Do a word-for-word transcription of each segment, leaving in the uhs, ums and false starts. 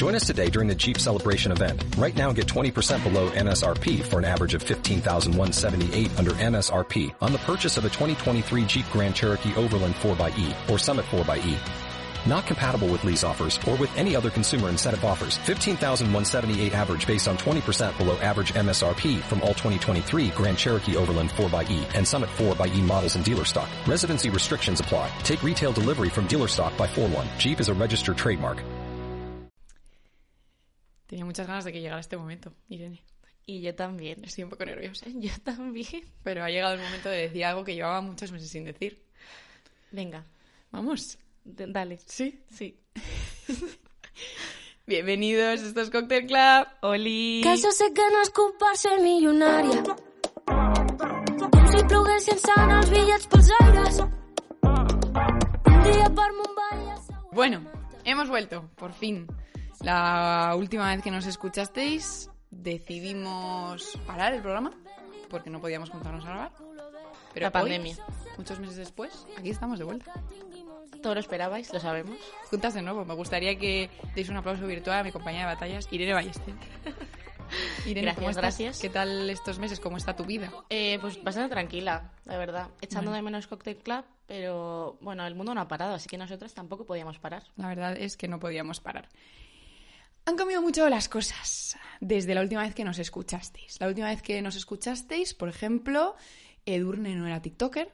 Join us today during the Jeep Celebration event. Right now, get twenty percent below M S R P for an average of fifteen thousand one hundred seventy-eight dollars under M S R P on the purchase of a twenty twenty-three Jeep Grand Cherokee Overland four by E or Summit four by E. Not compatible with lease offers or with any other consumer incentive offers. fifteen thousand one hundred seventy-eight average based on twenty percent below average M S R P from all twenty twenty-three Grand Cherokee Overland four by E and Summit four by E models in dealer stock. Residency restrictions apply. Take retail delivery from dealer stock by four one. Jeep is a registered trademark. Tenía muchas ganas de que llegara este momento, Irene. Y yo también. Estoy un poco nerviosa. Yo también. Pero ha llegado el momento de decir algo que llevaba muchos meses sin decir. Venga. Vamos. D- dale. ¿Sí? Sí. Bienvenidos, esto es Cocktail Club. Oli. Que jo sé que no és culpar ser milionària. Com si plogués sense anar els bitllets pels aires. Un dia per Mumbai i el següent... Bueno, hemos vuelto, por fin. La última vez que nos escuchasteis decidimos parar el programa porque no podíamos juntarnos a grabar. Pero La hoy, pandemia. muchos meses después, aquí estamos de vuelta. Todo lo esperabais, lo sabemos. Juntas de nuevo. Me gustaría que deis un aplauso virtual a mi compañera de batallas, Irene Ballester. Irene, Gracias, ¿cómo estás? gracias. ¿Qué tal estos meses? ¿Cómo está tu vida? Eh, pues bastante tranquila, la verdad. Echando Bueno. de menos Cocktail Club, pero bueno, el mundo no ha parado, así que nosotras tampoco podíamos parar. La verdad es que no podíamos parar. Han cambiado mucho las cosas desde la última vez que nos escuchasteis. La última vez que nos escuchasteis, por ejemplo, Edurne no era TikToker.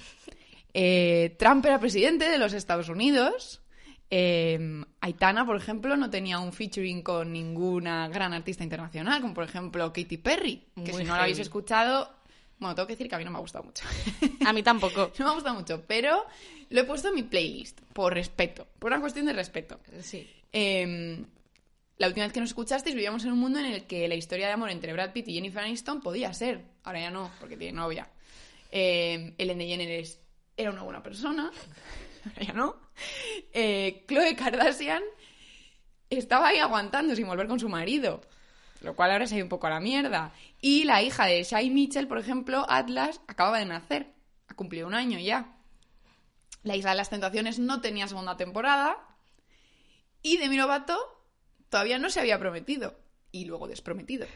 Eh, Trump era presidente de los Estados Unidos. Eh, Aitana, por ejemplo, no tenía un featuring con ninguna gran artista internacional, como por ejemplo Katy Perry, que Muy si no lo habéis heavy. escuchado, bueno, tengo que decir que a mí no me ha gustado mucho. A mí tampoco. No me ha gustado mucho, pero lo he puesto en mi playlist, por respeto, por una cuestión de respeto. Sí. Eh, la última vez que nos escuchasteis vivíamos en un mundo en el que la historia de amor entre Brad Pitt y Jennifer Aniston podía ser. Ahora ya no, porque tiene novia. Eh, Ellen DeGeneres era una buena persona. Ahora ya no. Eh, Khloe Kardashian estaba ahí aguantando sin volver con su marido, lo cual ahora se ha ido un poco a la mierda. Y la hija de Shai Mitchell, por ejemplo, Atlas, acababa de nacer. Ha cumplido un año ya. La Isla de las Tentaciones no tenía segunda temporada. Y Demi Lovato todavía no se había prometido. Y luego desprometido.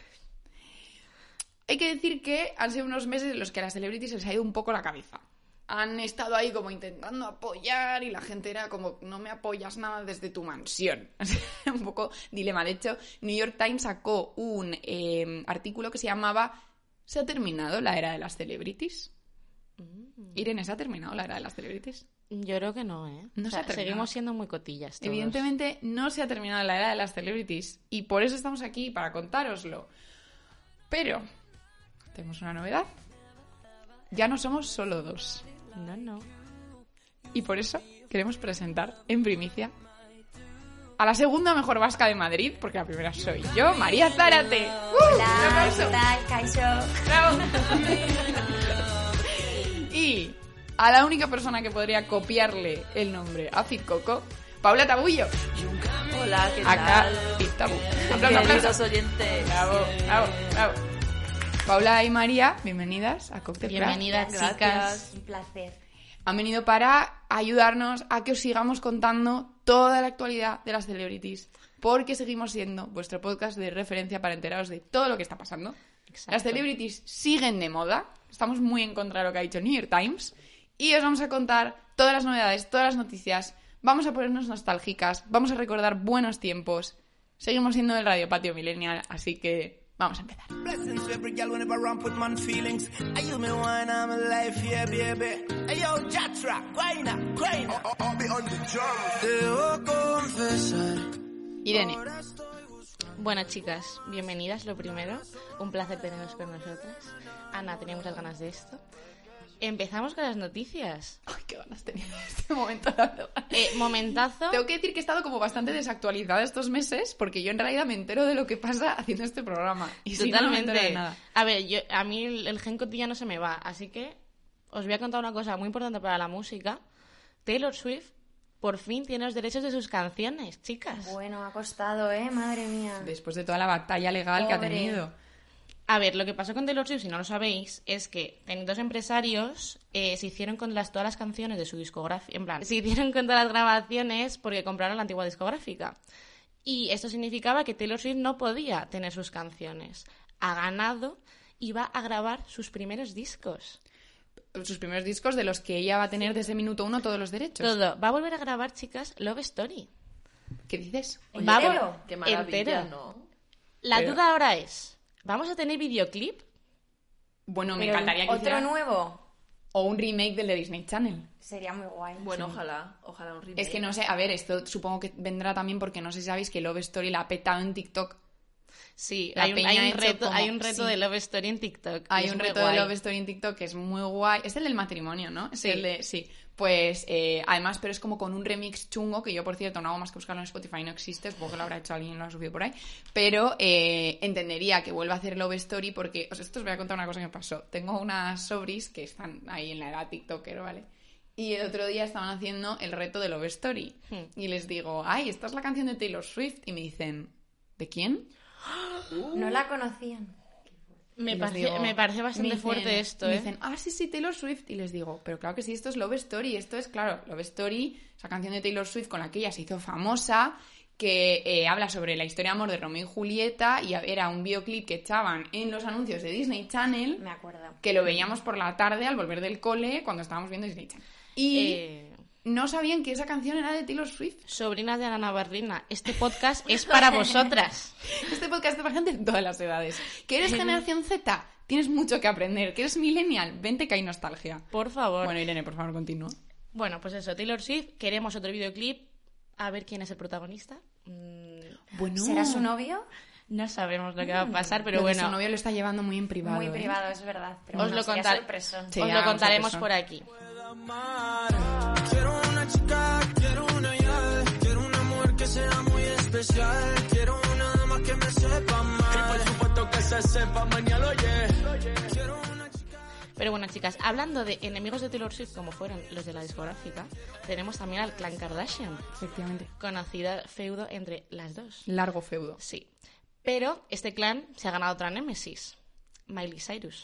Hay que decir que han sido unos meses en los que a las celebrities se les ha ido un poco la cabeza. Han estado ahí como intentando apoyar y la gente era como, no me apoyas nada desde tu mansión. Un poco dilema. De hecho, New York Times sacó un eh, artículo que se llamaba ¿Se ha terminado la era de las celebrities? Mm. Irene, ¿se ha terminado la era de las celebrities? Yo creo que no, ¿eh? No O se sea, ha terminado. seguimos siendo muy cotillas todos. Evidentemente no se ha terminado la era de las celebrities y por eso estamos aquí, para contároslo. Pero tenemos una novedad. Ya no somos solo dos. No, no. Y por eso queremos presentar en primicia a la segunda mejor vasca de Madrid, porque la primera soy yo, María Zárate. ¡Uh! Un aplauso. Kaixo? ¡Bravo! Y a la única persona que podría copiarle el nombre a Fit Coco, Paula Tabullo. Hola, ¿qué Acá, tal? Fit Tabu. Aplauso, aplauso. Queridos oyentes. Bravo, bravo, bravo. Paula y María, bienvenidas a Cocktail Club. Bienvenidas, Gracias. chicas. Un placer. Han venido para ayudarnos a que os sigamos contando toda la actualidad de las celebrities, porque seguimos siendo vuestro podcast de referencia para enteraros de todo lo que está pasando. Exacto. Las celebrities siguen de moda, estamos muy en contra de lo que ha dicho New York Times, y os vamos a contar todas las novedades, todas las noticias, vamos a ponernos nostálgicas, vamos a recordar buenos tiempos. Seguimos siendo el Radio Patio Millennial, así que vamos a empezar. Blessings to every girl whenever I put man feelings. I use me wine, I'm alive, yeah, baby. Hey, yo, Jatra, guayna, guayna. I'll be on the drum. Debo confesar. Irene, Bueno, chicas, bienvenidas, lo primero. Un placer teneros con nosotras. Ana, tenía muchas ganas de esto. Empezamos con las noticias. ay, qué ganas tenía de este momento, la verdad. Eh, momentazo. Tengo que decir que he estado como bastante desactualizada estos meses porque yo en realidad me entero de lo que pasa haciendo este programa. Y si no, no me Totalmente. entero de nada. A ver, yo, a mí el, el gen cotidiano se me va, así que os voy a contar una cosa muy importante para la música. Taylor Swift por fin tiene los derechos de sus canciones, chicas. Bueno, ha costado, ¿eh? Madre mía. Después de toda la batalla legal que ha Pobre. tenido. A ver, lo que pasó con Taylor Swift, si no lo sabéis, es que dos empresarios eh, se hicieron con las, todas las canciones de su discográfica. En plan, se hicieron con todas las grabaciones porque compraron la antigua discográfica. Y esto significaba que Taylor Swift no podía tener sus canciones. Ha ganado y va a grabar sus primeros discos. Sus primeros discos de los que ella va a tener desde minuto uno todos los derechos. Todo. Va a volver a grabar, chicas, Love Story. ¿Qué dices? Oye, Va a qué- vol- qué maravilla, entero. ¿no? La Pero- duda ahora es, ¿vamos a tener videoclip? Bueno, me Pero encantaría que otro hicieran- nuevo O un remake del de Disney Channel. sería muy guay. Bueno, ojalá, ojalá un remake. Es que no sé, a ver, esto supongo que vendrá también porque no sé si sabéis que Love Story la ha petado en TikTok. Sí, La hay un, peña hay ha un hecho reto, como- hay un reto sí. de Love Story en TikTok. y Hay es un muy reto guay. de Love Story en TikTok que es muy guay. Es el del matrimonio, ¿no? Es Sí. el de, sí. Pues, eh, además, pero es como con un remix chungo, que yo, por cierto, no hago más que buscarlo en Spotify, no existe, supongo que lo habrá hecho alguien y lo ha subido por ahí. Pero eh, entendería que vuelva a hacer Love Story porque, o sea, esto os voy a contar una cosa que me pasó. Tengo unas sobris que están ahí en la edad TikToker, ¿vale? Y el otro día estaban haciendo el reto de Love Story. Hmm. Y les digo, ay, esta es la canción de Taylor Swift. Y me dicen, ¿de quién? No la conocían. Me Y les parece, digo- me parece bastante me dicen- fuerte esto, me ¿eh? dicen, ah, sí, sí, Taylor Swift. Y les digo, pero claro que sí, esto es Love Story. Esto es, claro, Love Story, esa canción de Taylor Swift con la que ella se hizo famosa, que eh, habla sobre la historia de amor de Romeo y Julieta, y era un videoclip que echaban en los anuncios de Disney Channel, Me acuerdo. que lo veíamos por la tarde al volver del cole cuando estábamos viendo Disney Channel. Y Eh, no sabían que esa canción era de Taylor Swift. sobrinas de Ana Navarrina, este podcast es para vosotras. Este podcast es para gente de todas las edades. ¿Que eres generación Z? Tienes mucho que aprender. ¿Que eres millennial? Vente que hay nostalgia. Por favor. Bueno, Irene, por favor, continúa. Bueno, pues eso, Taylor Swift, queremos otro videoclip. A ver quién es el protagonista. Mm, Bueno, ¿Será su novio? no sabemos lo que va a pasar, pero Lo de bueno, su novio lo está llevando muy en privado. Muy ¿eh? privado, es verdad. Pero os bueno, lo, sería contar- sorpresón. Sí, os lo hagamos contaremos sorpresón. por aquí. Quiero una chica, quiero una ya, quiero una mujer que sea muy especial, quiero una dama que me sepa mal. Y por supuesto que se sepa mañana, oye. Quiero una chica. Pero bueno, chicas, hablando de enemigos de Taylor Swift, como fueron los de la discográfica, tenemos también al clan Kardashian, Efectivamente. conocida feudo entre las dos. Largo feudo. Sí. Pero este clan se ha ganado otra némesis, Miley Cyrus.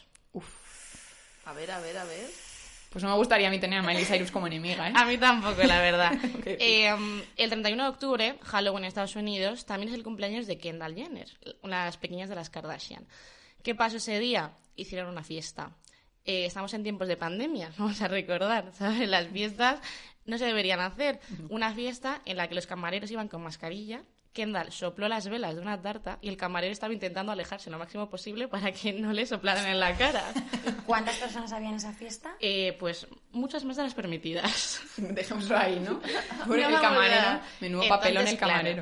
A ver, a ver, a ver. Pues no me gustaría a mí tener a Miley Cyrus como enemiga, ¿eh? A mí tampoco, la verdad. Ok. Eh, um, el treinta y uno de octubre, Halloween en Estados Unidos, también es el cumpleaños de Kendall Jenner, una de las pequeñas de las Kardashian. ¿Qué pasó ese día? Hicieron una fiesta. Eh, estamos en tiempos de pandemia, vamos a recordar, ¿sabes? Las fiestas no se deberían hacer. Una fiesta en la que los camareros iban con mascarilla. Kendall sopló las velas de una tarta y el camarero estaba intentando alejarse lo máximo posible para que no le soplaran en la cara. ¿Cuántas personas había en esa fiesta? Eh, pues muchas más de las permitidas. Dejémoslo ahí, ¿no? Por No el vamos camarero. a- Menudo Entonces, papelón el claro, camarero.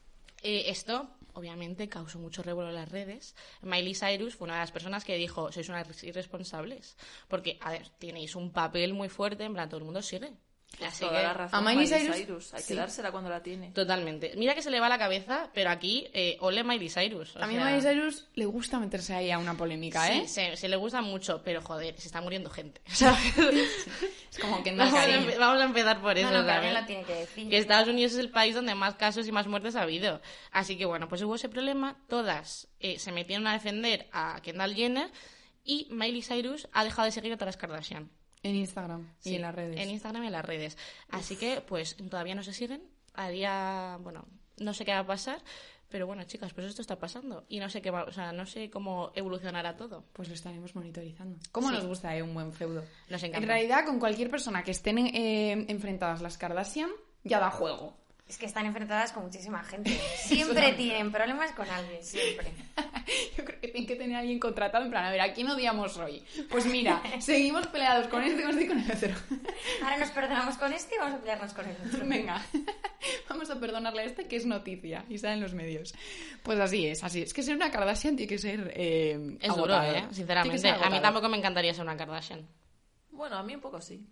Eh, esto, obviamente, causó mucho revuelo en las redes. Miley Cyrus fue una de las personas que dijo, sois unas irresponsables. Porque, a ver, tenéis un papel muy fuerte, en plan, todo el mundo sigue. Así Toda que, la razón, a Miley Miley Cyrus- Cyrus. Hay sí. que dársela cuando la tiene. totalmente. Mira que se le va la cabeza, pero aquí, eh, ole Miley Cyrus. o A mí sea, a Miley Cyrus le gusta meterse ahí a una polémica, ¿eh? Sí, se, se le gusta mucho, pero joder, se está muriendo gente. ¿sabes? Es como que no vamos, a cariño. empe- vamos a empezar por eso, No, no, pero ¿sabes? alguien lo tiene que decir. Que Estados Unidos es el país donde más casos y más muertes ha habido. Así que bueno, pues hubo ese problema. Todas eh, se metieron a defender a Kendall Jenner y Miley Cyrus ha dejado de seguir a todas las Kardashian. En Instagram y Sí, en las redes. En Instagram y en las redes. Así que pues todavía no se siguen. A día, bueno, no sé qué va a pasar. Pero bueno, chicas, pues esto está pasando. Y no sé qué va, o sea, no sé cómo evolucionará todo. Pues lo estaremos monitorizando. ¿Cómo Sí. nos gusta eh, un buen feudo? Nos encanta. En realidad, con cualquier persona que estén eh, enfrentadas las Kardashian, ya da juego. Es que están enfrentadas con muchísima gente. Siempre tienen problemas con alguien, siempre. Yo creo que tienen que tener a alguien contratado en plan, a ver, ¿a quién odiamos hoy? Pues mira, seguimos peleados con este, con este y con el otro. Ahora nos perdonamos con este y vamos a pelearnos con el otro. Venga, vamos a perdonarle a este que es noticia y sale en los medios. Pues así es, así es. Es que ser una Kardashian tiene que ser eh, Es duro, agotador. ¿eh? Tiene que Sinceramente. ser A mí agotador. tampoco me encantaría ser una Kardashian. Bueno, a mí un poco sí.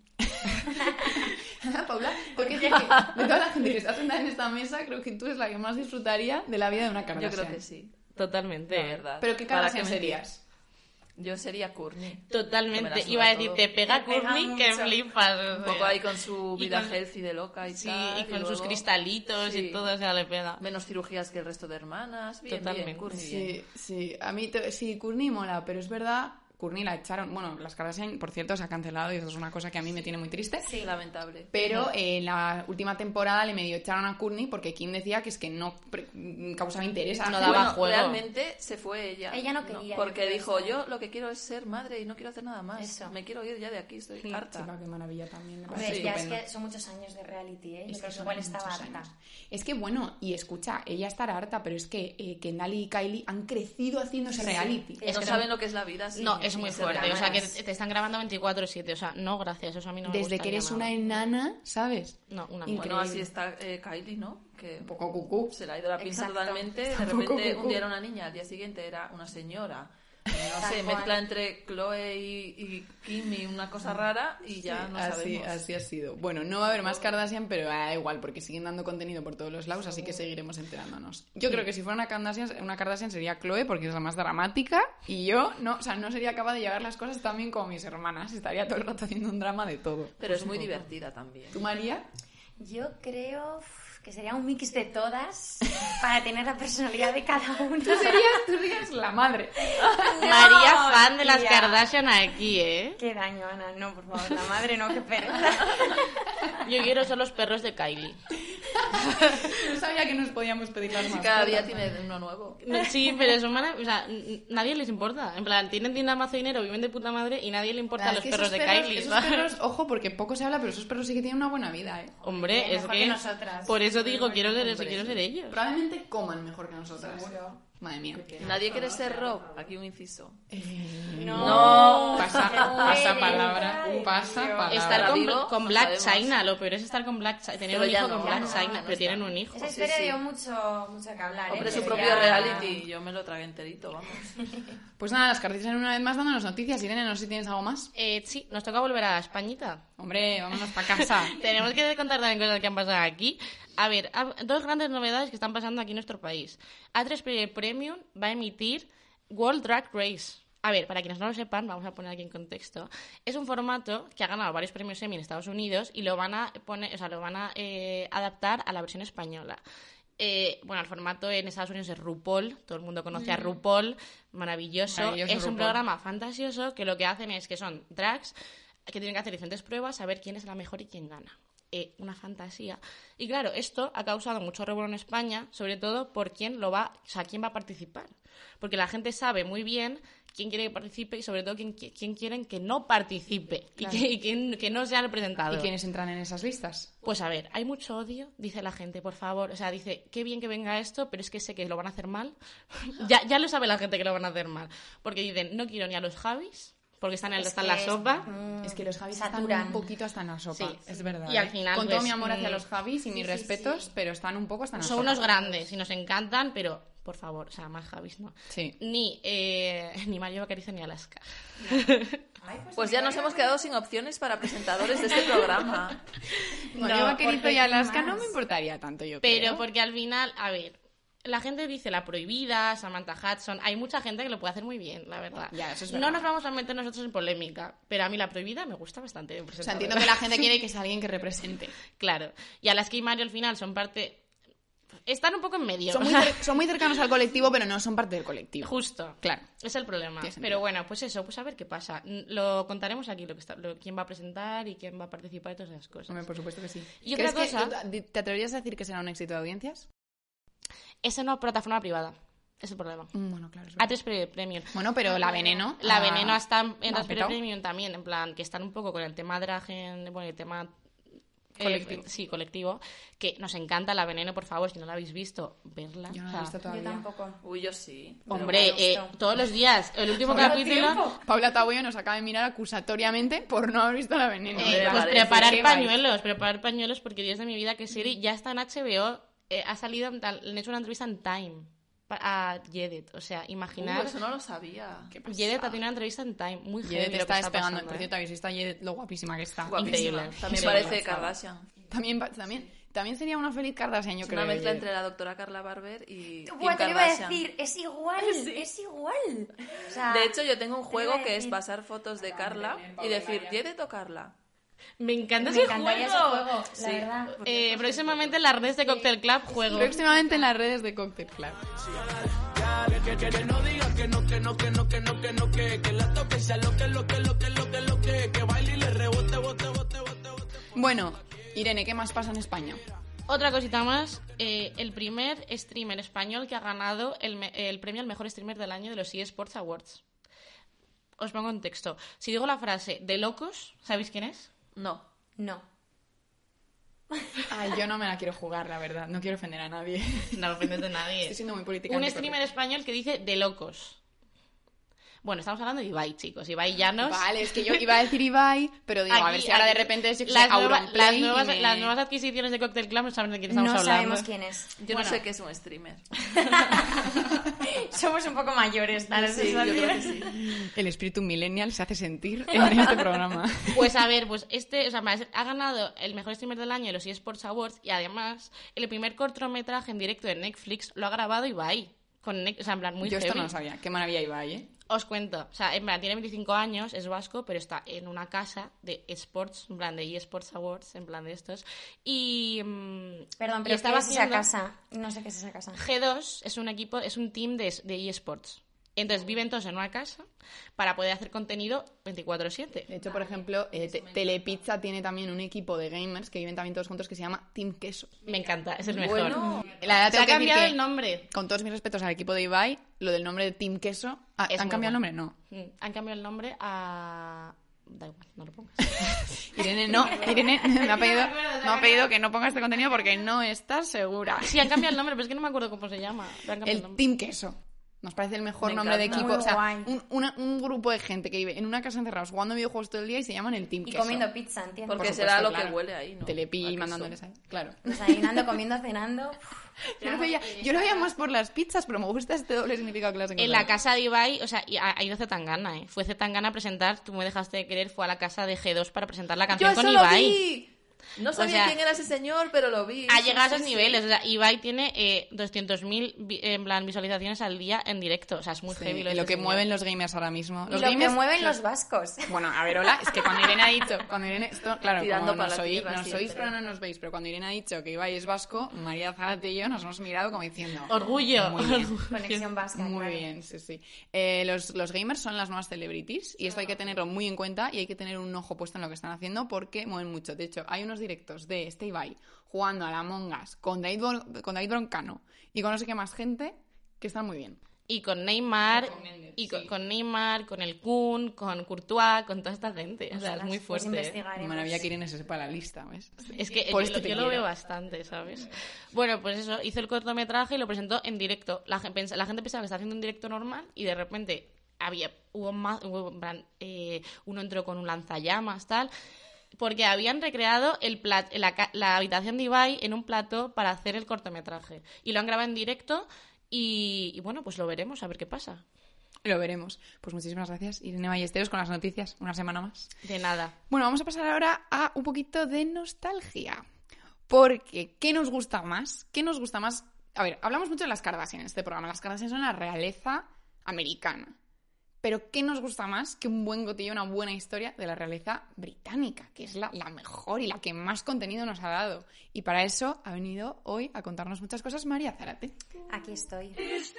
Paula, tengo que decir que de toda la gente que está sentada en esta mesa, creo que tú eres la que más disfrutaría de la vida de una Yo Kardashian. creo que sí. Totalmente. La verdad. Pero ¿qué ¿Para Kardashian mentir? serías? Yo sería Courtney. Que me Totalmente. la suda Iba a decir, todo. te pega Me pega Courtney que mucho. flipas. o Un sea. poco ahí con su Y vida con- healthy de loca y Sí, tal. y con sus luego cristalitos y Sí. todo, o sea, le pega. Menos cirugías que el resto de hermanas. Bien, Totalmente. bien, Courtney bien. Sí, sí. A mí, te- sí, Courtney mola, pero es verdad, Kourtney la echaron. Bueno, las Kardashian, por cierto, se ha cancelado y eso es una cosa que a mí me tiene muy triste. Sí, lamentable. Pero eh, en la última temporada le medio echaron a Kourtney porque Kim decía que es que no pre- causaba interés. No a- daba Bueno, juego. realmente se fue ella. Ella no quería, porque yo creo, dijo, eso. yo lo que quiero es ser madre y no quiero hacer nada más. Eso. Me quiero ir ya de aquí, estoy harta. Chica, qué maravilla también. Me Hombre, parece ya es estupendo. que son muchos años de reality, ¿eh? Yo Es que creo que son igual muchos estaba harta. años. Es que bueno, y escucha, ella estará harta, pero es que eh, Kendall y Kylie han crecido haciendo ese reality. Es no que saben lo que es la vida. No, sin- es muy sin ser fuerte. O sea, que dramas. te te están grabando veinticuatro siete. O sea, no, gracias. Eso a mí no me Desde que gustaría eres nada. una enana, ¿sabes? No, una Increíble. Bueno, así está eh, Kylie, ¿no? Que Un poco cucú. se le ha ido la pinza Exacto. totalmente. De Un poco repente, cucú. un día era una niña, al día siguiente era una señora. No Tal sé, cual. mezcla entre Chloe y, y Kim y una cosa rara y ya no así, sabemos. así ha sido. Bueno, no va a haber más Kardashian, pero da igual, porque siguen dando contenido por todos los lados, así que seguiremos enterándonos. Yo creo que si fuera una Kardashian, una Kardashian sería Chloe, porque es la más dramática, y yo no, o sea, no sería capaz de llevar las cosas tan bien como mis hermanas. Estaría todo el rato haciendo un drama de todo. Pero es muy divertida también. ¿Tú, María? Yo creo uf, que sería un mix de todas para tener la personalidad de cada una. Tú serías, tú serías la madre. María, fan de las tía. Kardashian aquí, ¿eh? Qué daño, Ana. No, por favor, la madre no, qué pereza. Yo quiero ser los perros de Kylie. No sabía que nos podíamos pedir las mascotas. Cada día tiene uno nuevo. No, sí, pero son marav- o sea, n- nadie les importa. En plan, tienen tienda mazo dinero, viven de puta madre y nadie le importa a Es los que perros esos de perros- Kylie. Esos ¿sabes? perros, ojo, porque poco se habla, pero esos perros sí que tienen una buena vida, ¿eh? Hombre, Bien, es mejor que, que nosotras. por eso digo, quiero ser, Hombre. quiero ser ellos. Probablemente coman mejor que nosotras. Madre mía. Nadie quiere ser Rob. Aquí un inciso. No. Pasa, pasa palabra, pasa palabra. Estar con, Vivo, con no Black sabemos. China, lo peor es estar con Black China. Tener Pero un ya hijo no, con ya Black no, China, ya no pero está. tienen un hijo. Esa Sí, historia sí. dio mucho, mucho que hablar, Hombre, ¿eh? su Pero propio ya- reality. Yo me lo tragué enterito, vamos. Pues nada, las Kardashian una vez más dándonos noticias. Irene, no sé si tienes algo más. Eh, sí, nos toca volver a Españita. Hombre, vámonos para casa. Tenemos que contar también cosas que han pasado aquí. A ver, ha- dos grandes novedades que están pasando aquí en nuestro país. A tres Premium va a emitir World Drag Race. A ver, para quienes no lo sepan, vamos a poner aquí en contexto. Es un formato que ha ganado varios premios Emmy en Estados Unidos y lo van a poner, o sea, lo van a eh, adaptar a la versión española. Eh, bueno, el formato en Estados Unidos es RuPaul, todo el mundo conoce a RuPaul, maravilloso. Maravilloso es un RuPaul. programa fantasioso que lo que hacen es que son drags que tienen que hacer diferentes pruebas a ver quién es la mejor y quién gana. Eh, una fantasía. Y claro, esto ha causado mucho revuelo en España, sobre todo por quién lo va, o sea, quién va a participar. Porque la gente sabe muy bien quién quiere que participe y sobre todo quién, quién quieren que no participe Claro. y, que, y quién que no sea el presentador. ¿Y quiénes entran en esas listas? Pues a ver, hay mucho odio, dice la gente, por favor. O sea, dice, qué bien que venga esto, pero es que sé que lo van a hacer mal. ya, ya lo sabe la gente que lo van a hacer mal. Porque dicen, no quiero ni a los Javis, porque están en, Es están en que la es- sopa. mm, Es que los Javis saturan. están un poquito hasta en la sopa, Sí. es verdad. Y al ¿eh? final, Con todo pues, mi amor hacia mm, los Javis y mis respetos, pero están un poco hasta en la Son sopa. unos grandes y nos encantan, pero por favor, o sea, más Javis no. Sí. Ni, eh, ni Mario Vaquerizo ni Alaska. Pues ya nos hemos quedado sin opciones para presentadores de este programa. Mario No, Vaquerizo porque y Alaska más. no me importaría tanto, yo Pero creo. porque al final, a ver, la gente dice La Prohibida, Samantha Hudson, hay mucha gente que lo puede hacer muy bien, la verdad. Ya, eso es no verdad. nos vamos a meter nosotros en polémica, pero a mí La Prohibida me gusta bastante. O sea, entiendo que la gente quiere que sea alguien que represente. Claro. Y Alaska y Mario al final son parte... Están un poco en medio. Son muy, cer- son muy cercanos al colectivo, pero no son parte del colectivo. Justo. Claro. Es el problema. Tiene sentido. Pero bueno, pues eso, pues a ver qué pasa. N- Lo contaremos aquí, lo que está, lo- quién va a presentar y quién va a participar y todas esas cosas. Hombre, por supuesto que sí. Y otra ¿Crees que- cosa- ¿Te te atreverías a decir que será un éxito de audiencias? Es una plataforma privada. Es el problema. Mm, Bueno, claro. Es A verdad. tres Pre- Premium. Bueno, pero la Veneno... La ah, Veneno está en la ha Raspberry petado. Premium también, en plan, que están un poco con el tema drag, en- bueno, el tema... eh, Colectivo. sí, colectivo, que nos encanta La Veneno, por favor, si no la habéis visto, verla. Yo no O la he sea, visto Yo todavía. tampoco. Uy, yo sí. hombre, Pero me eh, gustó. todos los días, el último Paula capítulo... Tiempo. Paula Tabuyo nos acaba de mirar acusatoriamente por no haber visto La Veneno. Eh, Hombre, pues vale, preparar sí, sí, pañuelos, preparar pañuelos, porque Dios de mi vida, que serie, ya está en H B O, eh, ha salido, en tal- le han hecho una entrevista en Time pa- a Yedet, o sea, Uh, imaginar... eso no lo sabía. Yedet ha tenido una entrevista en Time, muy heavy Yedet lo que está está despegando. pasando, Por ¿eh? cierto, habéis visto a Yedet lo guapísima que está. Guapísima. Increíble. También Increíble. parece Kardashian. También, pa- también, también sería una feliz Kardashian, yo Es creo. una mezcla Yedet. entre la doctora Carla Barber y Kim Bueno, te iba a Kardashian. decir, es igual, es igual. O sea, De hecho, yo tengo un te juego iba a que es decir- pasar fotos de Carla y decir, ¿Yedet o Carla? Me encanta Me ese encantaría juego. ese juego, la Sí. verdad. Eh, próximamente en las redes de Cocktail Club juego. Próximamente en las redes de Cocktail Club. Bueno, Irene, ¿qué más pasa en España? Otra cosita más, eh, el primer streamer español que ha ganado el, me- el premio al mejor streamer del año de los eSports Awards. Os pongo en texto. Si digo la frase de locos, ¿sabéis quién es? No. No. Ay, yo no me la quiero jugar, la verdad. No quiero ofender a nadie. No ofendes de nadie. Estoy siendo muy política. Un streamer español que dice de locos. Bueno, estamos hablando de Ibai, chicos. Ibai Llanos. Vale, es que yo iba a decir Ibai, pero digo, a ver Aquí- si ahora de aquí- repente es yo que las, sé, nueva- Auronplay las, y nuevas, me- las nuevas adquisiciones de Cocktail Club no saben de quién estamos No hablando. sabemos quién es. Yo Bueno. no sé qué es un streamer. Somos un poco mayores, tal vez. Sí, yo creo que sí. El espíritu millennial se hace sentir en este programa. Pues a ver, pues este, o sea, ha ganado el mejor streamer del año de los eSports Awards y además el primer cortometraje en directo de Netflix lo ha grabado Ibai. Con, Ne- o sea, en plan, muy Yo esto heavy. no lo sabía. Qué maravilla Ibai, ¿eh? Os cuento, o sea, en plan, tiene veinticinco años, es vasco, pero está en una casa de esports, en plan de eSports Awards, en plan de estos. Y. mm, Perdón, y pero estaba ¿qué es esa haciendo- casa? No sé qué es esa casa. G dos es un equipo, es un team de, de eSports. Entonces viven todos en una casa para poder hacer contenido veinticuatro siete. De hecho, por ejemplo, eh, Te- Telepizza tiene también un equipo de gamers que viven también todos juntos que se llama Team Queso. Me encanta, es el mejor. Bueno, La verdad, Se ha tengo que decir cambiado que, el nombre. con todos mis respetos al equipo de Ibai, lo del nombre de Team Queso... Ah, Es ¿han muy cambiado bueno. el nombre? No. Mm, Han cambiado el nombre a... Da igual, no lo pongas. Irene, no. Irene me ha pedido, me ha pedido que no ponga este contenido porque no está segura. Sí, han cambiado el nombre, pero es que no me acuerdo cómo se llama. Le han cambiado el El nombre. Team Queso. Nos parece el mejor Me nombre de encanta. equipo. Muy O sea, guay. un, una- un grupo de gente que vive en una casa encerrados jugando videojuegos todo el día y se llaman el Team Y Queso. comiendo pizza, entiendo. porque Por será supuesto, lo claro. que huele ahí, ¿no? Telepi A queso. mandándoles ahí. Claro. Desayunando, comiendo, cenando. Yo lo, veía, yo lo veía más por las pizzas, pero me gusta este doble significado que las En la casa de Ibai, o sea, y ha, ha ido Zetangana, ¿eh? Fue Zetangana a presentar, tú me dejaste de querer, fue a la casa de G dos para presentar la ¡Yo canción eso con lo Ibai. vi! No sabía sea, quién era ese señor, pero lo vi. Ha Sí, llegado a sí, esos sí. niveles, o sea, Ibai tiene eh, doscientos mil vi- en plan, visualizaciones al día en directo, o sea, es muy Sí, heavy lo, lo de este que señor. mueven los gamers ahora mismo. Y Los lo gamers, que mueven los vascos. Bueno, a ver, hola, es que cuando Irene ha dicho, cuando Irene, esto, claro, Tirando como para nos, la oí- tierra nos siempre. oís pero no nos veis, pero cuando Irene ha dicho que Ibai es vasco, María Zárate y yo nos hemos mirado como diciendo... Orgullo. Muy bien. Conexión vasca. Muy claro. bien, sí, sí. Eh, los, los gamers son las nuevas celebrities y esto hay que tenerlo muy en cuenta y hay que tener un ojo puesto en lo que están haciendo porque mueven mucho. De hecho, hay unos directos de este Ibai jugando a la Among Us con David, Bron- con David Broncano y con no sé qué más gente que están muy bien. Y con Neymar, Y con Mendes, y con, sí. con Neymar, con el Kun, con Courtois, con toda esta gente. O sea, es muy Pues fuerte. ¿eh? investigaremos. Maravilla que Irene se sepa la lista, ¿ves? Es que Por yo, esto lo- te yo lo quiero. veo bastante, ¿sabes? Bueno, pues eso, hizo el cortometraje y lo presentó en directo. La, gen- pens- la gente pensaba que estaba haciendo un directo normal y de repente había hubo más, hubo, en plan, eh, uno entró con un lanzallamas, tal, porque habían recreado el plat- la, ca- la habitación de Ibai en un plató para hacer el cortometraje. Y lo han grabado en directo y, y bueno, pues lo veremos, a ver qué pasa. Lo veremos. Pues muchísimas gracias, Irene Ballesteros, con las noticias. Una semana más. De nada. Bueno, vamos a pasar ahora a un poquito de nostalgia. Porque, ¿qué nos gusta más? ¿Qué nos gusta más? A ver, hablamos mucho de las Kardashian en este programa. Las Kardashian son la realeza americana. Pero, ¿qué nos gusta más que un buen cotillo, una buena historia de la realeza británica? Que es la, la mejor y la que más contenido nos ha dado. Y para eso ha venido hoy a contarnos muchas cosas María Zárate. Aquí estoy.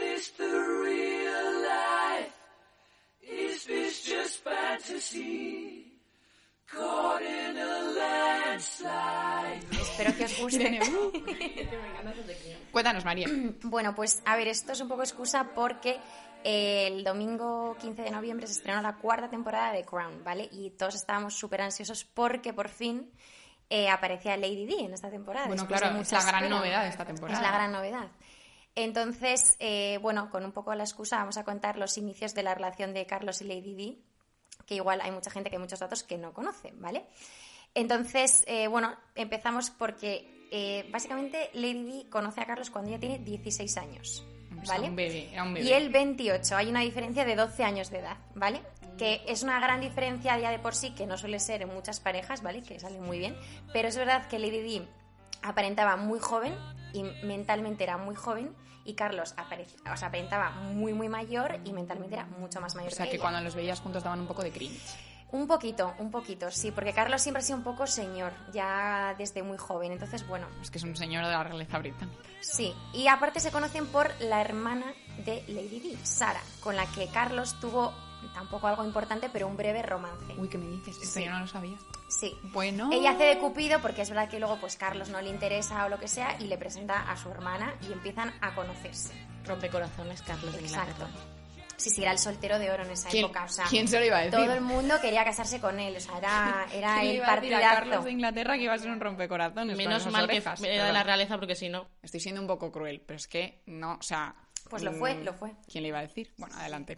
Espero que os guste. Irene, uh. Cuéntanos, María. Bueno, pues a ver, esto es un poco excusa porque eh, el domingo quince de noviembre se estrenó la cuarta temporada de Crown, ¿vale? Y todos estábamos súper ansiosos porque por fin eh, aparecía Lady Di en esta temporada. Bueno, después claro, de es mucha la gran espera. novedad de esta temporada. Es la gran novedad. Entonces, eh, bueno, con un poco la excusa vamos a contar los inicios de la relación de Carlos y Lady Di, que igual hay mucha gente que hay muchos datos que no conoce, ¿vale? Entonces, eh, bueno, empezamos porque eh, básicamente Lady Di conoce a Carlos cuando ella tiene dieciséis años, O sea, ¿vale? un bebé, era un bebé. Y él veintiocho, hay una diferencia de doce años de edad, ¿vale? Que es una gran diferencia ya de por sí, que no suele ser en muchas parejas, ¿vale? Que salen muy bien, pero es verdad que Lady Di aparentaba muy joven y mentalmente era muy joven, y Carlos aparec- o sea, aparentaba muy, muy mayor y mentalmente era mucho más mayor O sea, que ella. cuando los veías juntos daban un poco de cringe. Un poquito, un poquito, sí, porque Carlos siempre ha sido un poco señor, ya desde muy joven, entonces bueno. Es que es un señor de la realeza británica. Sí, y aparte se conocen por la hermana de Lady Di, Sara, con la que Carlos tuvo, tampoco algo importante, pero un breve romance. Uy, ¿qué me dices? Esto Sí. yo no lo sabía. Sí. Bueno. Ella hace de Cupido porque es verdad que luego pues Carlos no le interesa o lo que sea y le presenta a su hermana y empiezan a conocerse. Rompecorazones, Carlos de Exacto. Inglaterra. Sí, sí, era el soltero de oro en esa ¿Quién, época, o sea, ¿quién se lo iba a decir? todo el mundo quería casarse con él, o sea, era, era ¿Quién el iba a decir a partidazo. Carlos de Inglaterra que iba a ser un rompecorazones? Menos con esas mal orejas? que era de Perdón. la realeza, porque si no... Estoy siendo un poco cruel, pero es que no, o sea... Pues lo fue, mm, lo fue. ¿Quién le iba a decir? Bueno, adelante.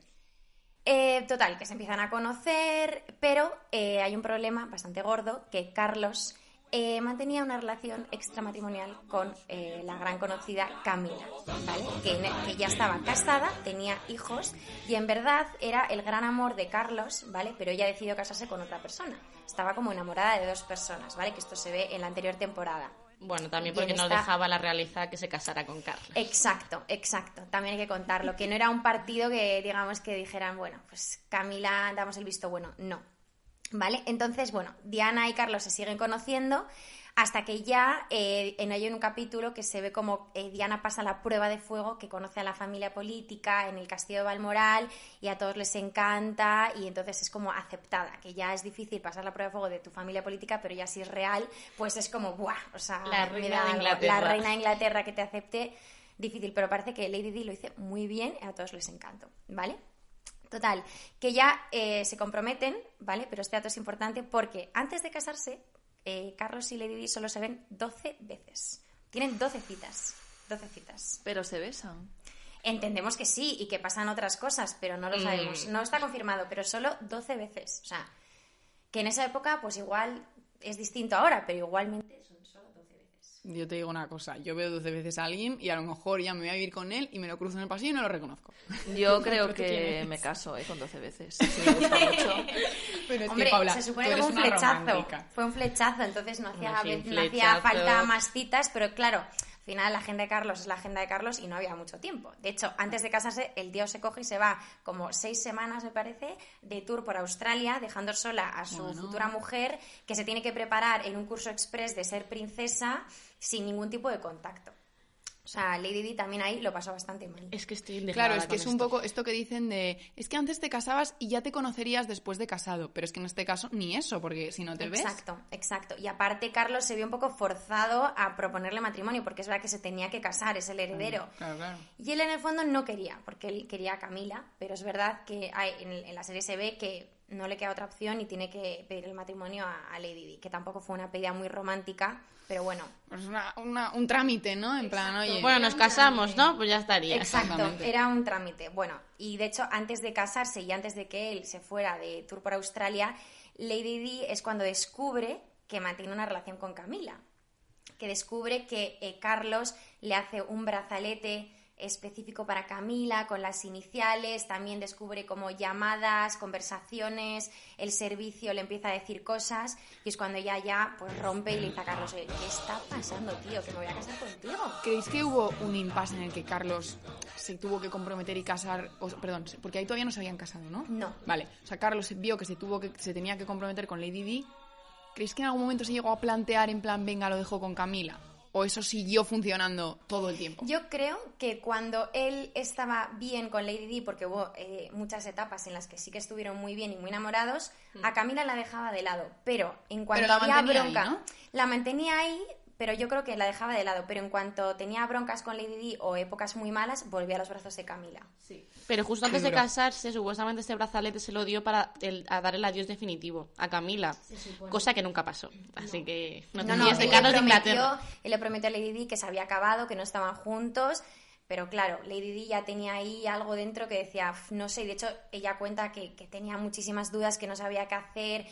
Eh, total, que se empiezan a conocer, pero eh, hay un problema bastante gordo, que Carlos eh, mantenía una relación extramatrimonial con eh, la gran conocida Camila, ¿vale? Que, que ya estaba casada, tenía hijos, y en verdad era el gran amor de Carlos, ¿vale? Pero ella decidió casarse con otra persona. Estaba como enamorada de dos personas, ¿vale? Que esto se ve en la anterior temporada. Bueno, también Bien, porque no está- dejaba la realeza que se casara con Carlos. Exacto, exacto. También hay que contarlo. Que no era un partido que, digamos, que dijeran, bueno, pues Camila, damos el visto bueno. No. ¿Vale? Entonces, bueno, Diana y Carlos se siguen conociendo hasta que ya eh, en hay un capítulo que se ve como eh, Diana pasa la prueba de fuego, que conoce a la familia política en el castillo de Balmoral y a todos les encanta y entonces es como aceptada, que ya es difícil pasar la prueba de fuego de tu familia política, pero ya si es real, pues es como, ¡buah! O sea, La me reina da de algo. Inglaterra. La reina de Inglaterra que te acepte, difícil, pero parece que Lady Di lo hizo muy bien y a todos les encantó, ¿vale? Total, que ya eh, se comprometen, ¿vale? Pero este dato es importante porque antes de casarse, eh, Carlos y Lady Di solo se ven doce veces. Tienen doce citas, doce citas. Pero se besan. Entendemos que sí y que pasan otras cosas, pero no lo sabemos. Mm. No está confirmado, pero solo doce veces. O sea, que en esa época pues igual es distinto ahora, pero igualmente son solo doce veces. Yo te digo una cosa, yo veo doce veces a alguien y a lo mejor ya me voy a vivir con él y me lo cruzo en el pasillo y no lo reconozco. Yo creo ¿Pero tú quién que eres? me caso, ¿eh? Con doce veces. Sí, me gusta mucho. Pero es Hombre, que, Paula, se supone tú que eres fue un una flechazo. romántica. Fue un flechazo, entonces no hacía, No, sí, no hacía flechazo. falta más citas, pero claro, al final la agenda de Carlos es la agenda de Carlos y no había mucho tiempo. De hecho, antes de casarse, el tío se coge y se va como seis semanas, me parece, de tour por Australia, dejando sola a su Bueno. futura mujer, que se tiene que preparar en un curso express de ser princesa sin ningún tipo de contacto. O sea, Lady Di también ahí lo pasó bastante mal. Es que estoy indignada Claro, es que con es un esto. poco esto que dicen de... Es que antes te casabas y ya te conocerías después de casado. Pero es que en este caso ni eso, porque si no te ves... Exacto, exacto. Y aparte Carlos se vio un poco forzado a proponerle matrimonio, porque es verdad que se tenía que casar, es el heredero. Claro, claro. Y él en el fondo no quería, porque él quería a Camila, pero es verdad que hay- en, en la serie se ve que no le queda otra opción y tiene que pedir el matrimonio a, a Lady Di, que tampoco fue una pedida muy romántica, pero bueno. Pues una, una- un trámite, ¿no? En plan, oye... Bueno, nos casamos, ¿no? Pues ya estaría. Exacto, Exactamente. era un trámite. Bueno, y de hecho, antes de casarse y antes de que él se fuera de tour por Australia, Lady Di es cuando descubre que mantiene una relación con Camila. Que descubre que eh, Carlos le hace un brazalete específico para Camila con las iniciales, también descubre como llamadas, conversaciones, el servicio le empieza a decir cosas y es cuando ella ya pues rompe y le dice a Carlos, "Oye, ¿qué está pasando, tío? Que me voy a casar contigo". ¿Creéis que hubo un impasse en el que Carlos se tuvo que comprometer y casar? O, perdón, porque ahí todavía no se habían casado, ¿no? No. Vale, o sea, Carlos vio que se tuvo que se tenía que comprometer con Lady Di. ¿Creéis que en algún momento se llegó a plantear en plan, venga, lo dejo con Camila? ¿O eso siguió funcionando todo el tiempo? Yo creo que cuando él estaba bien con Lady Di, porque hubo eh, muchas etapas en las que sí que estuvieron muy bien y muy enamorados, a Camila la dejaba de lado. Pero en cuanto Pero la había mantenía ahí, bronca, ¿no? la mantenía ahí, pero yo creo que la dejaba de lado. Pero en cuanto tenía broncas con Lady Di o épocas muy malas, volvía a los brazos de Camila. Pero justo antes Qué de duro. casarse, supuestamente este brazalete se lo dio para el- a dar el adiós definitivo a Camila, cosa que nunca pasó. Así que No, no, noticias de él, Carlos le de Inglaterra. prometió, él le prometió a Lady Di que se había acabado, que no estaban juntos, pero claro, Lady Di ya tenía ahí algo dentro que decía, "Uf, no sé", y de hecho ella cuenta que, que tenía muchísimas dudas, que no sabía qué hacer,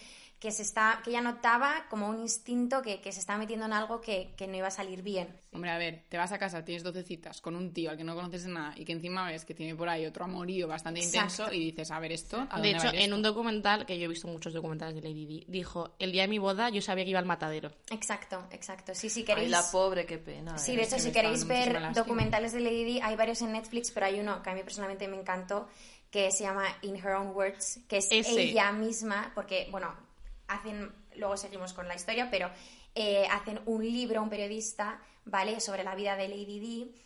que se está, que ella notaba como un instinto que, que se estaba metiendo en algo que, que no iba a salir bien. Hombre, a ver, te vas a casa, tienes doce citas con un tío al que no conoces nada y que encima ves que tiene por ahí otro amorío bastante Exacto. intenso y dices, a ver, esto, ¿a De dónde va hecho, a ir en esto? un documental, que yo he visto muchos documentales de Lady Di, dijo, el día de mi boda yo sabía que iba al matadero. Exacto, exacto. Sí, sí, queréis... Ay, la pobre, qué pena. Sí, ¿eh? de hecho, que si me queréis está dando muchísima ver lástima. documentales de Lady Di, hay varios en Netflix, pero hay uno que a mí personalmente me encantó, que se llama In Her Own Words, que es Ese. ella misma, porque, bueno, hacen, luego seguimos con la historia, pero eh, hacen un libro, un periodista, ¿vale?, sobre la vida de Lady Di.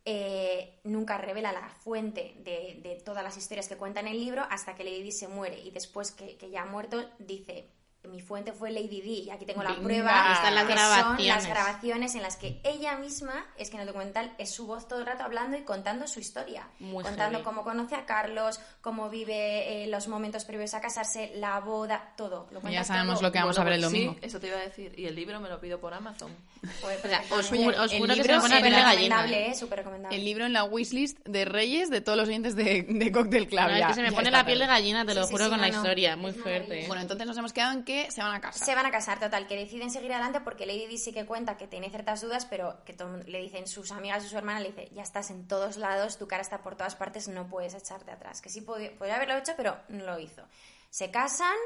Eh, nunca revela la fuente de, de todas las historias que cuenta en el libro hasta que Lady Di se muere, y después que, que ya ha muerto dice... Mi fuente fue Lady Di, y aquí tengo la Venga. prueba, Están las que son grabaciones. las grabaciones en las que ella misma, es que en el documental es su voz todo el rato hablando y contando su historia, Muy contando heavy. cómo conoce a Carlos, cómo vive eh, los momentos previos a casarse, la boda, todo. Lo cuenta Ya sabemos todo. lo que vamos a ver el Bueno, domingo. Sí, eso te iba a decir. Y el libro me lo pido por Amazon. Pues, O sea, os perfectamente. juro, os el juro que se libro me pone la es piel de gallina. recomendable, eh, súper recomendable. El libro en la wishlist de Reyes de todos los oyentes de, de Cocktail Club. No, es ya- que se me ya pone está la piel de todo. gallina, te Sí, lo sí, juro, sí, con no, la no. historia, muy Es fuerte. maravilloso. Bueno, entonces nos hemos quedado en que se van a casa. Se van a casar, total, que deciden seguir adelante porque Lady Di sí que cuenta que tiene ciertas dudas, pero que todo el mundo, le dicen sus amigas y su hermana, le dice, ya estás en todos lados, tu cara está por todas partes, no puedes echarte atrás. Que sí podía, podría haberlo hecho, pero no lo hizo. Se casan,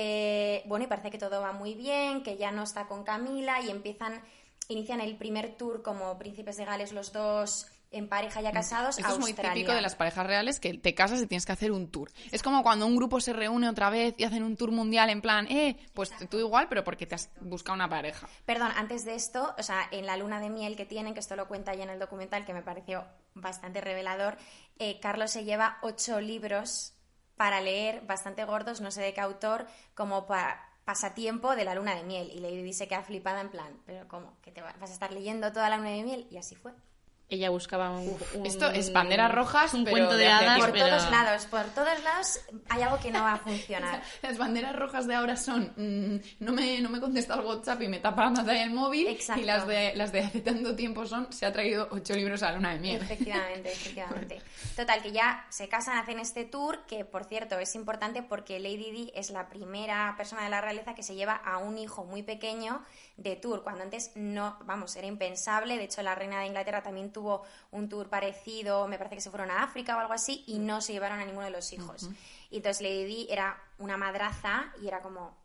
eh, bueno, y parece que todo va muy bien, que ya no está con Camila, y empiezan, inician el primer tour como príncipes de Gales los dos en pareja ya casados. Esto a es muy Australia. típico de las parejas reales, que te casas y tienes que hacer un tour. Es como cuando un grupo se reúne otra vez y hacen un tour mundial en plan, eh, pues tú igual, pero porque te has buscado una pareja. Perdón, antes de esto, o sea, en la luna de miel que tienen, que esto lo cuenta ya en el documental, que me pareció bastante revelador, eh, Carlos se lleva ocho libros para leer, bastante gordos, no sé de qué autor, como para pasatiempo de la luna de miel. Y Lady Di se queda flipada en plan, pero ¿cómo? ¿Que te va- vas a estar leyendo toda la luna de miel? Y así fue. Ella buscaba un, un- Esto es banderas rojas, un pero cuento de de hace hadas, tiempo. Por pero... todos lados, por todos lados hay algo que no va a funcionar. Las banderas rojas de ahora son mmm, no me no me contesta el WhatsApp y me tapa la pantalla del móvil. Exacto. Y las de las de hace tanto tiempo son se ha traído ocho libros a la luna de miel. Efectivamente, efectivamente. Total, que ya se casan, hacen este tour, que por cierto es importante porque Lady Di es la primera persona de la realeza que se lleva a un hijo muy pequeño de tour, cuando antes no, vamos, era impensable. De hecho, la reina de Inglaterra también tuvo un tour parecido, me parece que se fueron a África o algo así, y no se llevaron a ninguno de los hijos. Uh-huh. Y entonces Lady Di era una madraza y era como,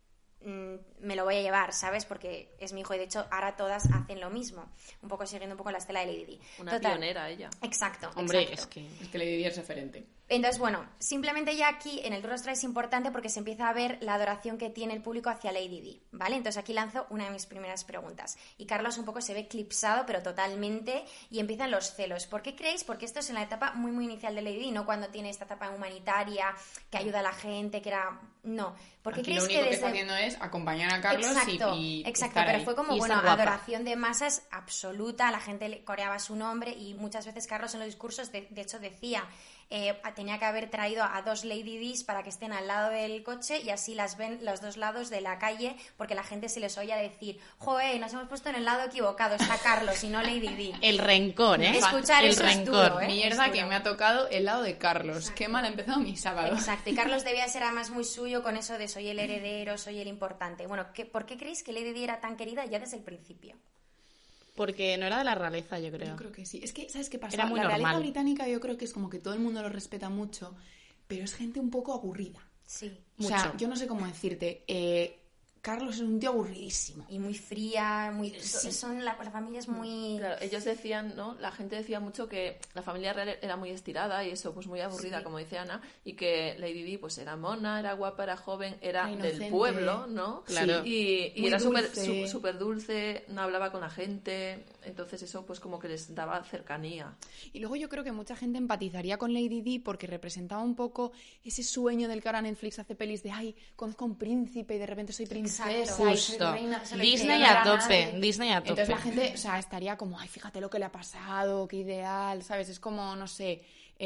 mmm, me lo voy a llevar, ¿sabes? Porque es mi hijo, y de hecho ahora todas hacen lo mismo, un poco siguiendo un poco la estela de Lady Di. Una Total. pionera ella. Exacto. Hombre, exacto. es que... Es que Lady Di es referente. Entonces, bueno, simplemente ya aquí en el rostro es importante porque se empieza a ver la adoración que tiene el público hacia Lady Di, ¿vale? Entonces aquí lanzo una de mis primeras preguntas. Y Carlos un poco se ve eclipsado, pero totalmente, y empiezan los celos. ¿Por qué creéis? Porque esto es en la etapa muy, muy inicial de Lady Di, no cuando tiene esta etapa humanitaria, que ayuda a la gente, que era... No. ¿Por qué Aquí creéis lo único que que, desde... está haciendo es acompañar a Carlos Exacto, y, y exacto, estar pero ahí. fue como, Y bueno, estar guapa. adoración de masas absoluta, la gente le coreaba su nombre, y muchas veces Carlos en los discursos, de, de hecho, decía... Eh, tenía que haber traído a dos Lady Dis para que estén al lado del coche y así las ven los dos lados de la calle, porque la gente se les oía decir, joder, nos hemos puesto en el lado equivocado, está Carlos y no Lady Di. El rencor, ¿eh? Escuchar el eso es rencor. duro, ¿eh? Mierda Es que duro. me ha tocado el lado de Carlos. Qué mal ha empezado mi sábado. Exacto, y Carlos debía ser además muy suyo con eso de soy el heredero, soy el importante. Bueno, ¿qué, ¿por qué creéis que Lady Di era tan querida ya desde el principio? Porque no era de la realeza, yo creo. Yo creo que sí. Es que, ¿sabes qué pasa? Era muy la realeza normal. británica yo creo que es como que todo el mundo lo respeta mucho, pero es gente un poco aburrida. Sí. O sea, Mucho. yo no sé cómo decirte. Eh, Carlos es un tío aburridísimo. Y muy fría, muy... Sí. Son la, la familia es muy... Claro, ellos decían, ¿no? La gente decía mucho que la familia real era muy estirada y eso, pues muy aburrida, Sí. como dice Ana, y que Lady Di, pues era mona, era guapa, era joven, era Era inocente. del pueblo, ¿no? Claro. Y, y Muy era súper dulce. su- súper dulce, no hablaba con la gente, entonces eso pues como que les daba cercanía. Y luego yo creo que mucha gente empatizaría con Lady Di porque representaba un poco ese sueño del que ahora Netflix hace pelis de ay, conozco a un príncipe y de repente soy princesa. Exacto. y soy Justo. reina". se lo Disney hicieron a a tope, nadie. Disney a tope. Entonces la gente, o sea, estaría como, ay, fíjate lo que le ha pasado, qué ideal, ¿sabes? Es como, no sé,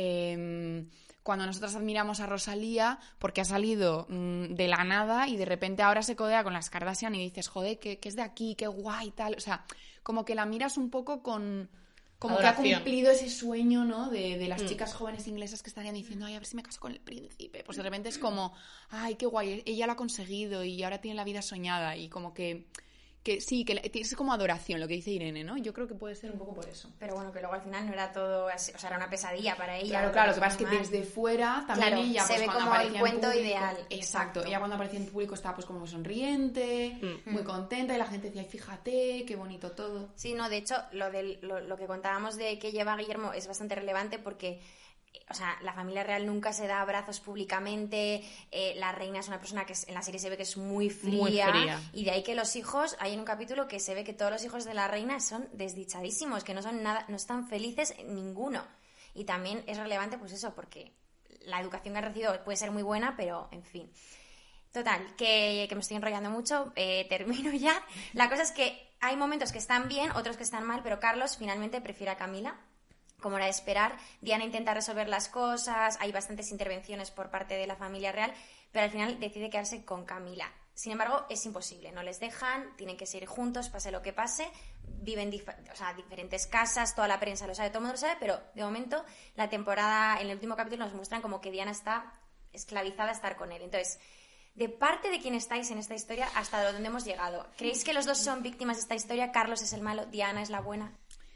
eh, cuando nosotros admiramos a Rosalía porque ha salido mmm, de la nada y de repente ahora se codea con las Kardashian y dices, joder, que, que es de aquí, qué guay, tal. O sea, como que la miras un poco con, como Adoración. que ha cumplido ese sueño, ¿no? De, de las Mm. chicas jóvenes inglesas que estarían diciendo, ay, a ver si me caso con el príncipe. Pues de repente es como, ay, qué guay, ella lo ha conseguido y ahora tiene la vida soñada. Y como que, que sí, que le- es como adoración lo que dice Irene, ¿no? Yo creo que puede ser un poco por eso. Pero bueno, que luego al final no era todo así, o sea, era una pesadilla para ella. Claro, lo claro, lo que pasó pasa es que muy mal. desde fuera también Claro, ella se pues, ve cuando como el aparecía en cuento público- ideal. Exacto, Exacto. ella cuando aparecía en público estaba pues como sonriente, Mm. muy contenta y la gente decía, "Ay, fíjate, qué bonito todo". Sí, no, de hecho, lo, del, lo, lo que contábamos de que lleva Guillermo es bastante relevante porque, eh, o sea, la familia real nunca se da abrazos públicamente, eh, la reina es una persona que es- en la serie se ve que es muy fría, Muy fría. y de ahí que los hijos, hay en un capítulo que se ve que todos los hijos de la reina son desdichadísimos, que no son nada, no están felices ninguno. Y también es relevante pues eso, porque la educación que han recibido puede ser muy buena, pero en fin. Total, que, que me estoy enrollando mucho, eh, termino ya. La cosa es que hay momentos que están bien, otros que están mal, pero Carlos finalmente prefiere a Camila, como era de esperar. Diana intenta resolver las cosas, hay bastantes intervenciones por parte de la familia real, pero al final decide quedarse con Camila. Sin embargo, es imposible, no les dejan, tienen que seguir juntos, pase lo que pase, viven dif- o sea, diferentes casas, toda la prensa lo sabe, todo el mundo lo sabe, pero de momento la temporada, en el último capítulo nos muestran como que Diana está esclavizada a estar con él. Entonces, de parte de quien estáis en esta historia, hasta donde hemos llegado, ¿creéis que los dos son víctimas de esta historia? Carlos es el malo, Diana es la buena.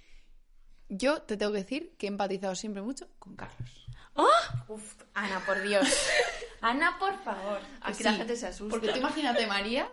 Yo te tengo que decir que he empatizado siempre mucho con Carlos. Uf, Ana, por Dios. Ana, por favor. Aquí Sí, la gente se asusta. Porque tú imagínate, María,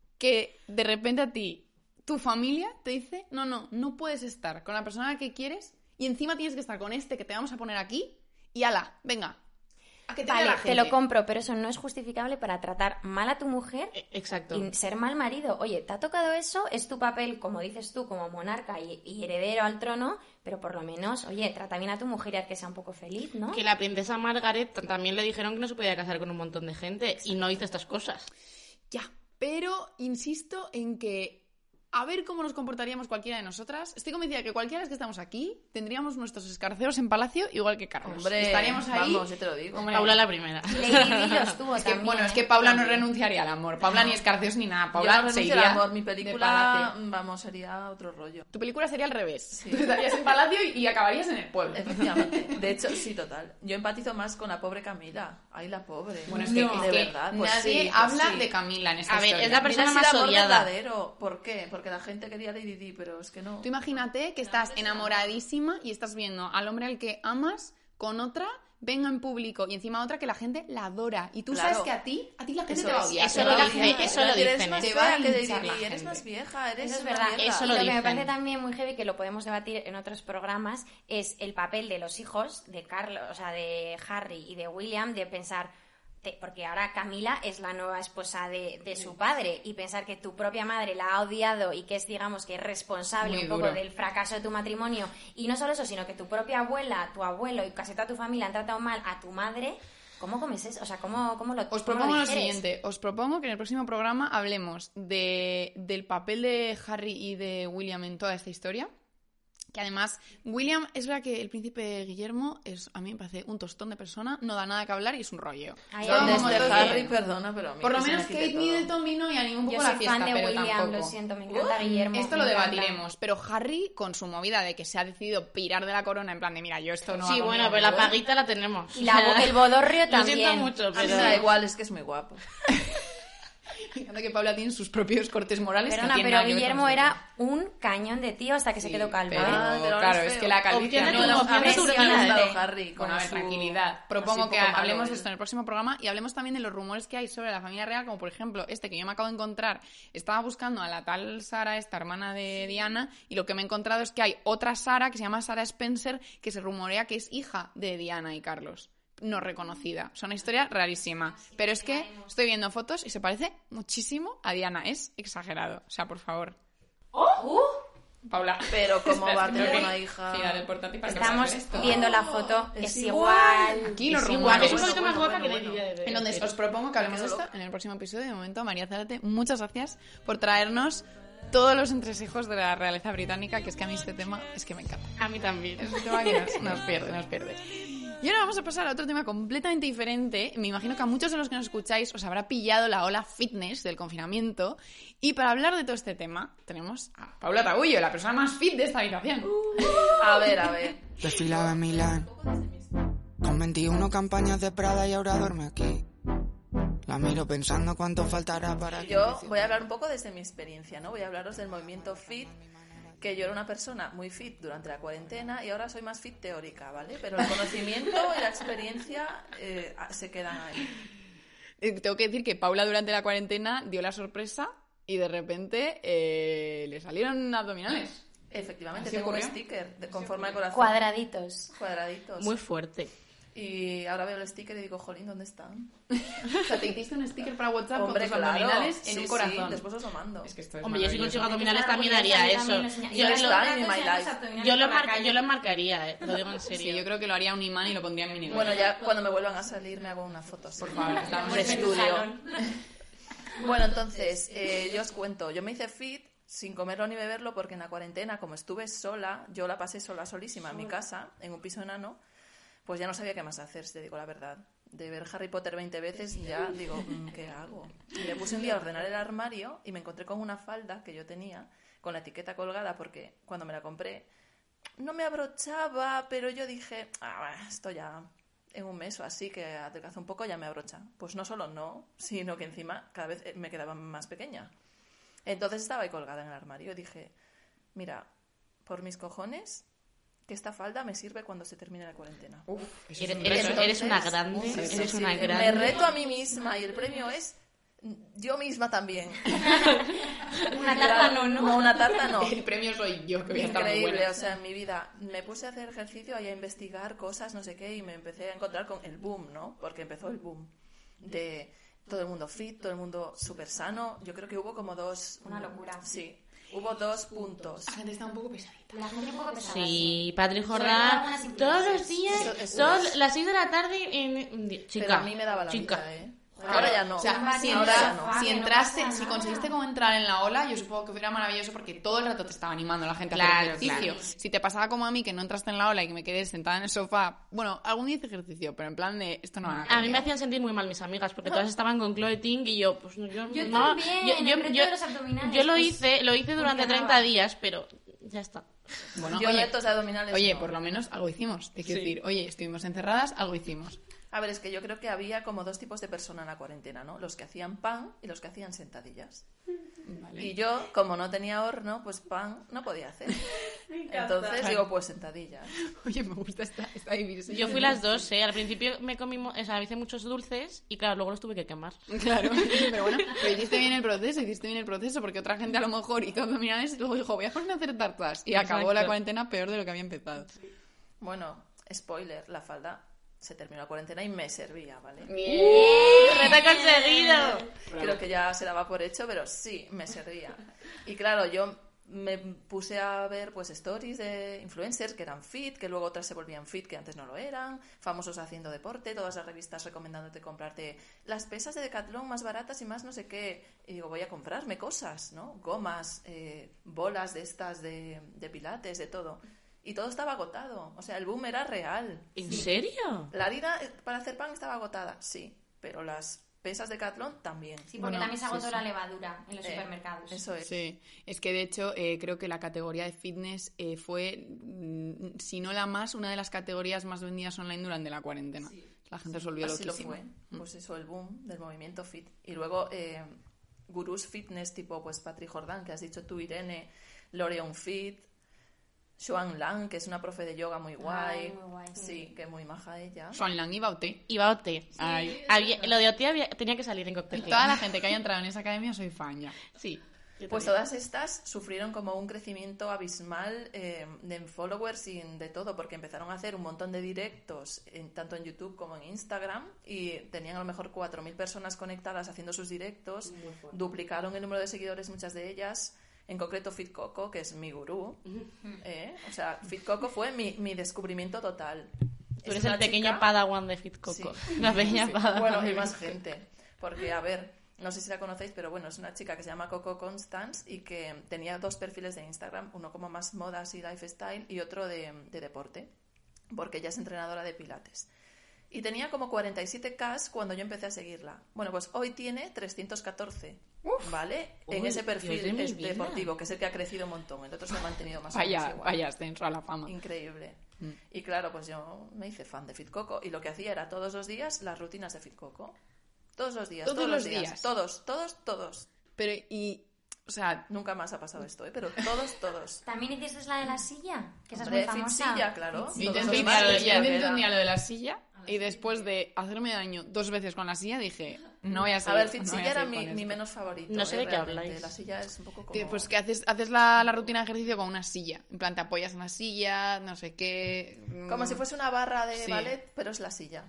que de repente a ti, tu familia te dice, no, no, no puedes estar con la persona que quieres y encima tienes que estar con este que te vamos a poner aquí y ala, venga. A que te vea Vale, la te gente. lo compro, pero eso no es justificable para tratar mal a tu mujer Eh, Exacto. y ser mal marido. Oye, te ha tocado eso, es tu papel, como dices tú, como monarca y, y heredero al trono, pero por lo menos, oye, trata bien a tu mujer y haz que sea un poco feliz, ¿no? Que la princesa Margaret t- también le dijeron que no se podía casar con un montón de gente y no hizo estas cosas. Ya, pero insisto en que a ver cómo nos comportaríamos cualquiera de nosotras. Estoy convencida que cualquiera de las que estamos aquí tendríamos nuestros escarceos en palacio igual que Carlos. Hombre, estaríamos ahí. vamos, yo te lo digo. Hombre, Paula la primera. Lady Di los tuvo es que, también, bueno, es ¿eh? que Paula no También. renunciaría al amor. Paula ni escarceos ni nada. Yo Paula no se renuncio iría al amor, mi de película, palacio. vamos, sería otro rollo. Tu película sería al revés. Tú estarías en palacio y, y acabarías en el pueblo. Efectivamente. De hecho, sí, total. Yo empatizo más con la pobre Camila. Ay, la pobre. Bueno, es que, No. es de que verdad. Pues nadie sí, pues habla sí. de Camila en esta A ver, historia. es la Mira, persona es más el amor odiada. verdadero. ¿Por qué? Porque la gente quería Lady Di, pero es que no. Tú imagínate que estás enamoradísima y estás viendo al hombre al que amas con otra, venga en público y encima otra que la gente la adora. Y tú Claro. sabes que a ti, a ti la gente Eso te va a es, odiar. eso te lo va a dice- odiar. eso lo Eres dicen, más te fea va a que Lady hinchar Di, la eres gente. más vieja, eres Eso es una verdad. mierda. Eso Y lo lo que me dicen. parece también muy heavy, que lo podemos debatir en otros programas, es el papel de los hijos de Carlos, o sea, de Harry y de William, de pensar, te- porque ahora Camila es la nueva esposa de, de su padre, y pensar que tu propia madre la ha odiado y que es, digamos, que es responsable Muy un poco duro. del fracaso de tu matrimonio, y no solo eso, sino que tu propia abuela, tu abuelo y casi toda tu familia han tratado mal a tu madre. ¿Cómo comes eso? O sea, ¿cómo, cómo lo Os cómo propongo lo digieres? siguiente, os propongo que en el próximo programa hablemos de, del papel de Harry y de William en toda esta historia. Que además, William, es verdad que el príncipe Guillermo es, a mí me parece un tostón de persona, no da nada que hablar y es un rollo. Ay, Todo Donde como esté todo Harry, bien. perdona, pero a mí Por lo que se me menos quite Kate todo. Middleton vino y animó un Yo poco soy la fiesta, fan de pero William, tampoco. lo siento, me encanta Guillermo. Esto me lo encanta. debatiremos, pero Harry con su movida de que se ha decidido pirar de la corona en plan de mira, yo esto no Sí, va bueno, conmigo, pero la ¿no? paguita la tenemos. Y la, el bodorrio Lo también. siento mucho, A mí pero... me da igual, es que es muy guapo. Me encanta que Paula tiene sus propios cortes morales. Perdona, que tienen pero nada que ver con Guillermo nosotros. era un cañón de tío hasta que se Sí, quedó calvo. pero, ¿eh? Ah, pero ahora claro, es es feo. que la calvicie Opción de no tu- la opción de tu Me ha Turquía. gustado Harry con Bueno, a ver, su- tranquilidad. Propongo así un que poco malo hablemos de él. esto en el próximo programa y hablemos también de los rumores que hay sobre la familia real, como por ejemplo este que yo me acabo de encontrar. Estaba buscando a la tal Sara, esta hermana de Diana, y lo que me he encontrado es que hay otra Sara que se llama Sara Spencer, que se rumorea que es hija de Diana y Carlos. No reconocida. Es una historia rarísima. Pero es que estoy viendo fotos y se parece muchísimo a Diana. Es exagerado. O sea, por favor. ¡Uh! Paula. Pero cómo va a tener Espera, una hija. gira del portátil para que Estamos veas esto. viendo la foto, Es es, igual. igual. Aquí los Es rumores. igual, es un Bueno, poquito más bueno, guapa que bueno, Lady Di. Entonces, os propongo que hablemos de Me quedo esto en el próximo episodio. De momento, María Zárate, muchas gracias por traernos todos los entresijos de la realeza británica, que es que a mí este tema es que me encanta. A mí también. Es un tema que nos, nos pierde, nos pierde. Y ahora vamos a pasar a otro tema completamente diferente. Me imagino que a muchos de los que nos escucháis os habrá pillado la ola fitness del confinamiento. Y para hablar de todo este tema tenemos a Paula Tabullo, la persona más fit de esta habitación. A ver, a ver. Desfilaba en Milán con veintiuna campañas de Prada y ahora duerme aquí. La miro pensando cuánto faltará para que Yo empiece. voy a hablar un poco desde mi experiencia, ¿no? Voy a hablaros del movimiento fit, que yo era una persona muy fit durante la cuarentena y ahora soy más fit teórica, ¿vale? Pero el conocimiento y la experiencia eh, se quedan ahí. Eh, Tengo que decir que Paula durante la cuarentena dio la sorpresa y de repente eh, le salieron abdominales. Efectivamente, ¿Así tengo un ocurrió? sticker de, con forma de corazón. Cuadraditos. Cuadraditos. Muy fuerte. Y ahora veo el sticker y digo, jolín, ¿dónde están? O sea, te hiciste un sticker para WhatsApp Hombre, con tus claro. abdominales en Sí, un corazón. sí, después os lo mando. Es que esto es Hombre, yo si maravilloso. consigo abdominales también Yo haría eso. también los- Yo, Yo lo- está en my life. yo lo marca- yo lo marcaría, eh, lo digo en serio. Sí, yo creo que lo haría un imán y lo pondría en mi nivel. Bueno, ya cuando me vuelvan a salir me hago una foto así. Por favor, estamos de en el estudio. Bueno, entonces, eh, yo os cuento. Yo me hice fit sin comerlo ni beberlo porque en la cuarentena, como estuve sola, yo la pasé sola, solísima en mi casa, en un piso enano, pues ya no sabía qué más hacer, si te digo la verdad. De ver Harry Potter veinte veces ya digo, mm, ¿qué hago? Y le puse un día a ordenar el armario y me encontré con una falda que yo tenía con la etiqueta colgada porque cuando me la compré no me abrochaba, pero yo dije, ah, esto ya en un mes o así que adelgazo un poco ya me abrocha. Pues no solo no, sino que encima cada vez me quedaba más pequeña. Entonces estaba ahí colgada en el armario y dije, mira, por mis cojones, que esta falda me sirve cuando se termine la cuarentena. Uf, eso es Eres, un eres- reto. eres una Entonces, grande, sí, sí, eres sí, una me grande. reto a mí misma y el premio es yo misma también. Una tarta no, ¿no? No, una tarta no. El premio soy yo, que voy a estar muy Increíble, buena. o sea, en mi vida me puse a hacer ejercicio y a investigar cosas, no sé qué, y me empecé a encontrar con el boom, ¿no? Porque empezó el boom de todo el mundo fit, todo el mundo súper sano. Yo creo que hubo como dos... Una locura. Sí, hubo dos puntos. La gente está un poco pesadita. La gente un poco pesada. Sí, Patrick Sobre todo Jordán, algunas influencers. todos los días, Eso- eso todas es. las seis de la tarde, en... chica, Pero a mí me daba la chica. vida, ¿eh? Ahora ya no. O sea, si, ahora entra- ya no. si Que no entraste, pasa si nada. conseguiste como entrar en la ola, yo supongo que fuera maravilloso porque todo el rato te estaba animando la gente a Claro, hacer ejercicio. claro. Si te pasaba como a mí, que no entraste en la ola y que me quedé sentada en el sofá, bueno, algún día hice ejercicio, pero en plan de esto no va A mí me hacían sentir muy mal mis amigas porque todas estaban con clothing y yo, pues no, yo, Yo no, también, yo, el yo, reto yo- de los abdominales, yo lo pues, hice, lo hice durante funcionaba. treinta días, pero ya está. Bueno, Yo oye, retos abdominales oye, no. por lo menos algo hicimos. Te quiero decir, oye, estuvimos encerradas, algo hicimos. A ver, es que yo creo que había como dos tipos de personas en la cuarentena, ¿no? Los que hacían pan y los que hacían sentadillas. Vale. Y yo, como no tenía horno, pues pan no podía hacer. Entonces digo, pues sentadillas. Oye, me gusta esta, esta división. Yo fui las dos, ¿eh? Al principio me comí, mo- o sea, hice muchos dulces y claro, luego los tuve que quemar. Claro, pero bueno, pero hiciste bien el proceso, hiciste bien el proceso, porque otra gente a lo mejor hizo abdominales y luego dijo, voy a ponerme a hacer tartas. Y acabó Exacto. la cuarentena peor de lo que había empezado. Bueno, spoiler, la falda se terminó la cuarentena y me servía, ¿vale? ¡Reto conseguido! Creo que ya se daba por hecho, pero sí, me servía. Y claro, yo me puse a ver pues stories de influencers que eran fit, que luego otras se volvían fit que antes no lo eran, famosos haciendo deporte, todas las revistas recomendándote comprarte las pesas de Decathlon más baratas y más no sé qué. Y digo, voy a comprarme cosas, ¿no? Gomas, eh, bolas de estas de, de pilates, de todo. Y todo estaba agotado. O sea, el boom era real. ¿En serio? La harina eh, para hacer pan estaba agotada, sí, pero las pesas de Decathlon también. Sí, porque Bueno, también se agotó sí, sí. la levadura en los Eh, supermercados. Eso es. Sí, es que de hecho eh, creo que la categoría de fitness eh, fue, mm, si no la más, una de las categorías más vendidas online durante la cuarentena. La gente se volvió Así lo loquísima. fue. Pues eso, el boom del movimiento fit. Y luego eh, gurús fitness tipo pues Patrick Jordán, que has dicho tú, Irene, L'Oreal Fit, Xuan Lang, que es una profe de yoga muy guay. Ay, muy guay, sí. Sí, que muy maja ella. Swan Lang y Bauté. Iba a O T. Ay. Había- lo de O T había- tenía que salir en Y cóctel. toda la gente que haya entrado en esa academia soy fan ya. Sí. yo Pues también. todas estas sufrieron como un crecimiento abismal eh, de followers y de todo, porque empezaron a hacer un montón de directos, en, tanto en YouTube como en Instagram, y tenían a lo mejor cuatro mil personas conectadas haciendo sus directos, duplicaron el número de seguidores muchas de ellas, en concreto Fit Coco, que es mi gurú. ¿eh? O sea, Fit Coco fue mi, mi descubrimiento total. Tú Es eres una el pequeño chica- padawan de Fit Coco. Sí. La pequeña Sí. padawan. Bueno, de y más Fit Coco. gente. Porque, a ver, no sé si la conocéis, pero bueno, es una chica que se llama Coco Constance y que tenía dos perfiles de Instagram, uno como más modas y lifestyle y otro de, de deporte. porque ella es entrenadora de pilates. Y tenía como cuarenta y siete K cuando yo empecé a seguirla. Bueno, pues hoy tiene trescientos catorce, Uf, ¿vale? En uy, ese perfil de es vida. deportivo, que es el que ha crecido un montón. El otro se ha mantenido más o Vaya, menos igual. vaya ascenso a la fama. Increíble. Mm. Y claro, pues yo me hice fan de Fit Coco y lo que hacía era todos los días las rutinas de Fit Coco. Todos los días, Todos todos, los los días. días. Todos, todos, todos. Pero, y... O sea, Nunca más ha pasado esto, ¿eh? Pero todos, todos. ¿También hiciste la de la silla? Que esa es Hombre, muy famosa. Fit-silla, claro. Fit-silla. Todos intenté, los martes, yo intenté era- un día lo de la silla y después de hacerme daño dos veces con la silla dije, no voy a A seguir. ver, no voy Fit-silla a era seguir mi, con mi esto. menos favorito. No sé ¿eh? de qué Realmente. habláis. La silla es un poco como... Que, pues que haces, haces la, la rutina de ejercicio con una silla. En plan, te apoyas en la silla, no sé qué. mm, Como si fuese una barra de Sí. ballet, pero es la silla.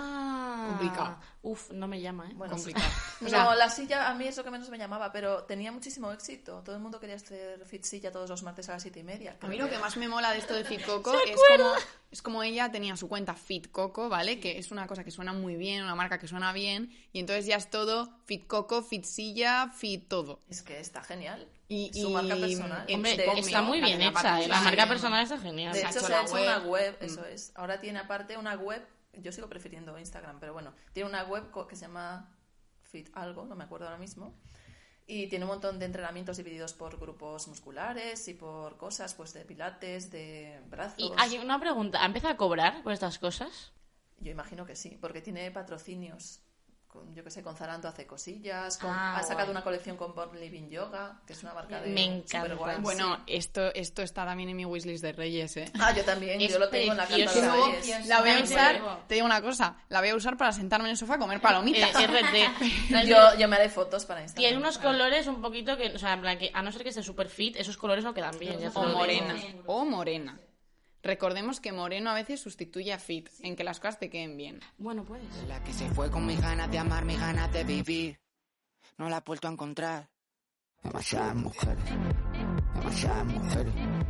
Ah. Complicado. Uf, no me llama, ¿eh? Bueno, complicado. no, O sea, la silla a mí es lo que menos me llamaba, pero tenía muchísimo éxito. Todo el mundo quería hacer fit silla todos los martes a las siete y media. a mí lo que más me mola de esto de Fit Coco es como, es como ella tenía su cuenta Fit Coco, ¿vale? Que es una cosa que suena muy bien, una marca que suena bien, y entonces ya es todo Fit Coco, Fit Silla, Fit todo. Es que está genial. Y, Su y- marca personal. Hombre, De hecho, está muy bien la hecha, ¿eh? La sí. marca personal está genial. De Se ha hecho, hecho se ha la hecho web. una web, Mm. eso es. Ahora tiene aparte una web, yo sigo prefiriendo Instagram, pero bueno, tiene una web co- que se llama Fit algo, no me acuerdo ahora mismo, y tiene un montón de entrenamientos divididos por grupos musculares y por cosas, pues de pilates, de brazos. Y hay una pregunta, ¿ha empezado a cobrar por estas cosas? Yo imagino que sí, porque tiene patrocinios. Con, yo que sé, con Zalando hace cosillas, con- Ah, ha sacado guay. una colección con Born Living Yoga, que es una marca de Me encanta. superguay. Bueno, esto, esto está también en mi wishlist de Reyes, ¿eh? Ah, yo también, Es yo lo tengo en la carta de precioso. Reyes. La voy a También usar, te digo. te digo una cosa, la voy a usar para sentarme en el sofá a comer Eh, palomitas. R T. Yo, yo me haré fotos para Instagram. Tiene unos colores un poquito que, o sea, en plan que a no ser que esté super fit, esos colores no quedan bien. ya te O lo digo. morena. O morena. Recordemos que moreno a veces sustituye a fit, en que las cosas te queden bien. Bueno, puedes. La que se fue con mis ganas de amar, mis ganas de vivir. No la he vuelto a encontrar. Demasiadas mujeres. Demasiadas mujeres.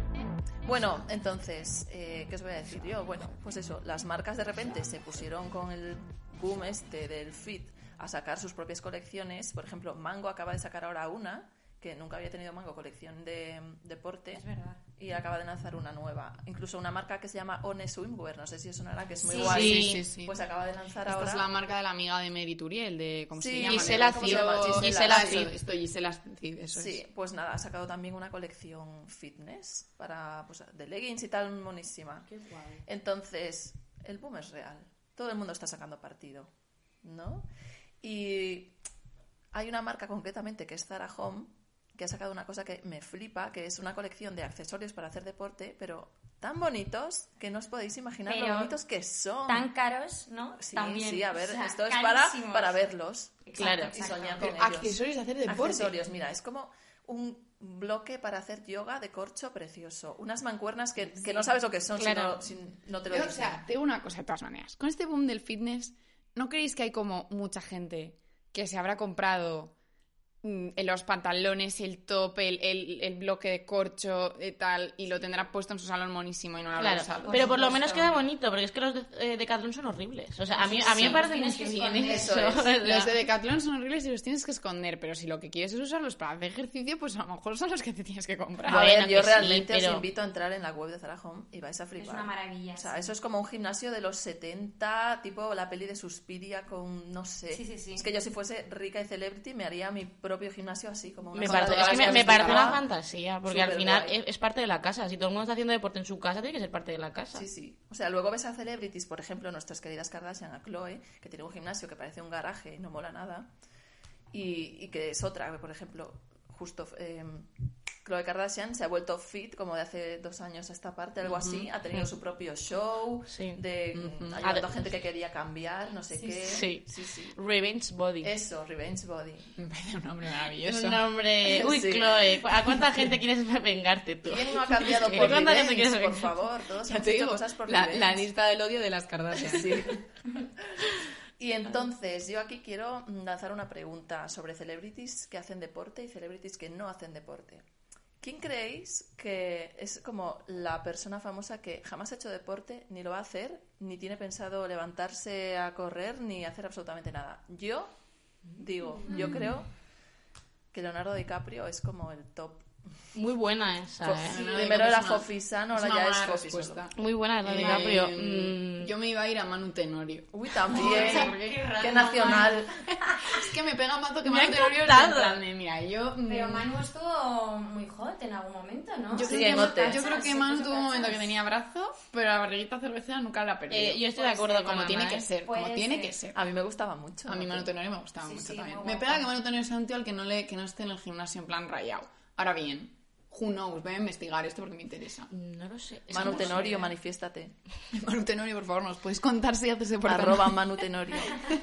Bueno, entonces, eh, ¿qué os voy a decir yo? Bueno, pues eso, las marcas de repente se pusieron con el boom este del fit a sacar sus propias colecciones. Por ejemplo, Mango acaba de sacar ahora una, que nunca había tenido Mango, colección de deporte. Es verdad. Y acaba de lanzar una nueva. Incluso una marca que se llama One Swimwear, no sé si os sonará, que es muy Sí. guay. Sí, sí, sí. Pues acaba de lanzar Esta ahora... es la marca de la amiga de Mary Turiel, de... ¿Cómo Sí, se llama? Gisela ¿Cómo Cid. se llama? Gisela Gisela Cid. Cid. Esto, Gisela Cid, eso Sí, es. pues nada, ha sacado también una colección fitness para, pues, de leggings y tal, monísima. Qué guay. Entonces, el boom es real. Todo el mundo está sacando partido, ¿no? Y hay una marca concretamente que es Zara Home, que ha sacado una cosa que me flipa, que es una colección de accesorios para hacer deporte, pero tan bonitos que no os podéis imaginar Pero lo bonitos que son. Tan caros, ¿no? Sí, También. sí, a ver, O sea, esto es para, carísimos. para verlos. Claro. Y soñar Pero con ellos. accesorios de hacer deporte. Accesorios, mira, es como un bloque para hacer yoga de corcho precioso. Unas mancuernas que, que no sabes lo que son Claro. si, no, si no te lo Yo, dicen. o sea, te digo una cosa de todas maneras. Con este boom del fitness, ¿no creéis que hay como mucha gente que se habrá comprado mm, en los pantalones, el top, el, el, el bloque de corcho y tal, y lo tendrá puesto en su salón monísimo y no lo habrá Claro, usado? pero por lo menos queda bonito, porque es que los de eh, Decathlon son horribles. O sea, a mí, a mí me parece tienes que que bien esconder. eso. Eso es. o sea. Los de Decathlon son horribles y los tienes que esconder, pero si lo que quieres es usarlos para hacer ejercicio, pues a lo mejor son los que te tienes que comprar. A ver, Bueno, yo que sí, realmente pero- os invito a entrar en la web de Zara Home y vais a flipar. Es una maravilla, O sea, sí. eso es como un gimnasio de los setenta, tipo la peli de Suspiria con, no sé. Sí, sí, sí. Es que yo si fuese rica y celebrity me haría mi propio gimnasio así, como una Me sala parece, de es que me, bailes me parece una explicaba. fantasía, porque al final Superguay. es, es parte de la casa. Si todo el mundo está haciendo deporte en su casa, tiene que ser parte de la casa. Sí, sí. O sea, luego ves a celebrities, por ejemplo, nuestras queridas Kardashian, a Chloe, que tiene un gimnasio que parece un garaje y no mola nada. Y, y que es otra, por ejemplo, justo eh, Khloe Kardashian se ha vuelto fit como de hace dos años a esta parte, algo así. Ha tenido su propio show, Sí. de Ujú. ha ayudado a gente que quería cambiar, no sé qué. Sí. sí, sí. Revenge Body. Eso, Revenge Body. Me parece un nombre Es maravilloso. un nombre... Uy, Sí. Chloe, ¿a cuánta gente quieres vengarte tú? ¿Quién no ha cambiado Sí. por ¿Cuánta gente Revenge? quieres Por vengar? favor, todos Ya hemos te hecho digo, cosas por la, Revenge. la lista del odio de las Kardashian. Sí. Y entonces, yo aquí quiero lanzar una pregunta sobre celebrities que hacen deporte y celebrities que no hacen deporte. ¿Quién creéis que es como la persona famosa que jamás ha hecho deporte, ni lo va a hacer, ni tiene pensado levantarse a correr, ni hacer absolutamente nada? Yo digo, yo creo que Leonardo DiCaprio es como el top Muy buena esa, Fo- ¿eh? No, no, Primero digo era que es una- Fofisano, es ahora una ya buena es respuesta. Fofisano. Muy buena la de Eh, DiCaprio. Mm. Yo me iba a ir a Manu Tenorio. Uy, también. Sí, porque- Qué nacional. Es que me pega mazo que Me ha Manu Tenorio es encantado. en plan de, mira, yo... mm, Pero Manu estuvo muy hot en algún momento, ¿no? Yo Sí, creo, en que, O T. yo creo que Se Manu puso tuvo un momento que cachas. tenía brazo, pero la barriguita cervecera nunca la perdió. Eh, yo estoy de Puede acuerdo ser, con como Ana, tiene ¿eh? que ser, como Puede tiene ser. que ser. A mí me gustaba mucho. A mí ¿no? Manu Tenorio me gustaba Sí, mucho sí, también. muy Me guapo. pega que Manu Tenorio sea un tío al que no, le, que no esté en el gimnasio en plan rayado. Ahora bien, who knows, voy a investigar esto porque me interesa. No lo sé. Manu Esa Tenorio, mujer, ¿eh? manifiéstate. Manu Tenorio, por favor, ¿nos podéis contar si haces deporte? Arroba Manu Tenorio.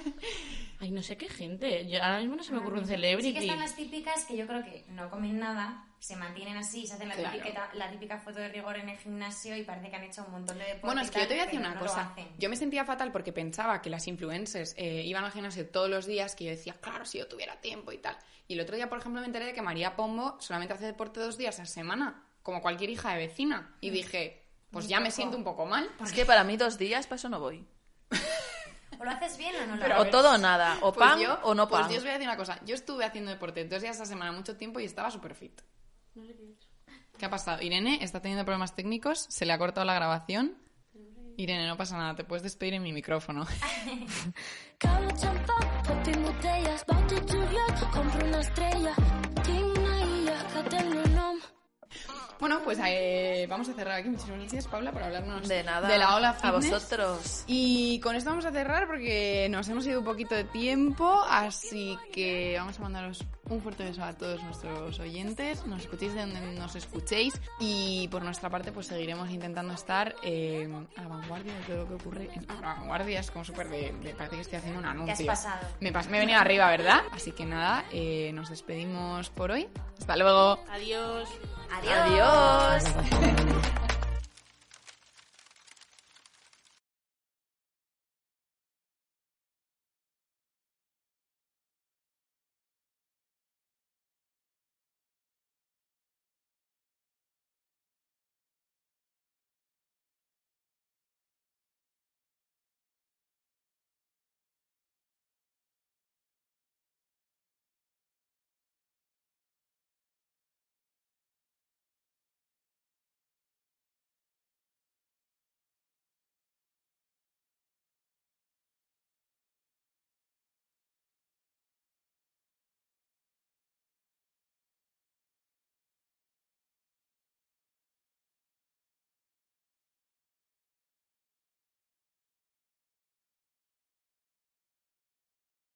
Ay, no sé qué gente. Yo, ahora mismo no se me ocurre un celebrity. Sí que están las típicas que yo creo que no comen nada, se mantienen así, se hacen la, Claro. típica, la típica foto de rigor en el gimnasio y parece que han hecho un montón de deporte. Bueno, y es que yo tal, te voy a decir pero una no lo cosa. hacen. Yo me sentía fatal porque pensaba que las influencers eh, iban al gimnasio todos los días, que yo decía, claro, si yo tuviera tiempo y tal. Y el otro día, por ejemplo, me enteré de que María Pombo solamente hace deporte dos días a la semana, como cualquier hija de vecina. Y dije, pues ya me siento un poco mal. Es que para mí dos días, para eso no voy. ¿O lo haces bien o no lo Pero a O ver, todo o nada. O Pues pan yo- o no Pues pan. yo os voy a decir una cosa. Yo estuve haciendo deporte dos días a la semana mucho tiempo y estaba súper fit. ¿Qué ha pasado? Irene está teniendo problemas técnicos, se le ha cortado la grabación. Irene, no pasa nada, te puedes despedir en mi micrófono. Cabo champán, pop i botelles, vau tot juliol, compro una estrella. Tinc una illa que té el meu nom. Bueno, pues eh, vamos a cerrar aquí. Muchísimas gracias, Paula, por hablarnos De nada. de la ola A fitness. vosotros. Y con esto vamos a cerrar porque nos hemos ido un poquito de tiempo, así que vamos a mandaros un fuerte beso a todos nuestros oyentes, nos escuchéis de donde nos escuchéis y por nuestra parte pues seguiremos intentando estar eh, a la vanguardia de todo lo que ocurre. En, a la vanguardia es como súper de, de... Parece que estoy haciendo un anuncio. Te has pasado. Me, pas- me he venido arriba, ¿verdad? Así que nada, eh, nos despedimos por hoy. Hasta luego. Adiós. Adiós. Adiós.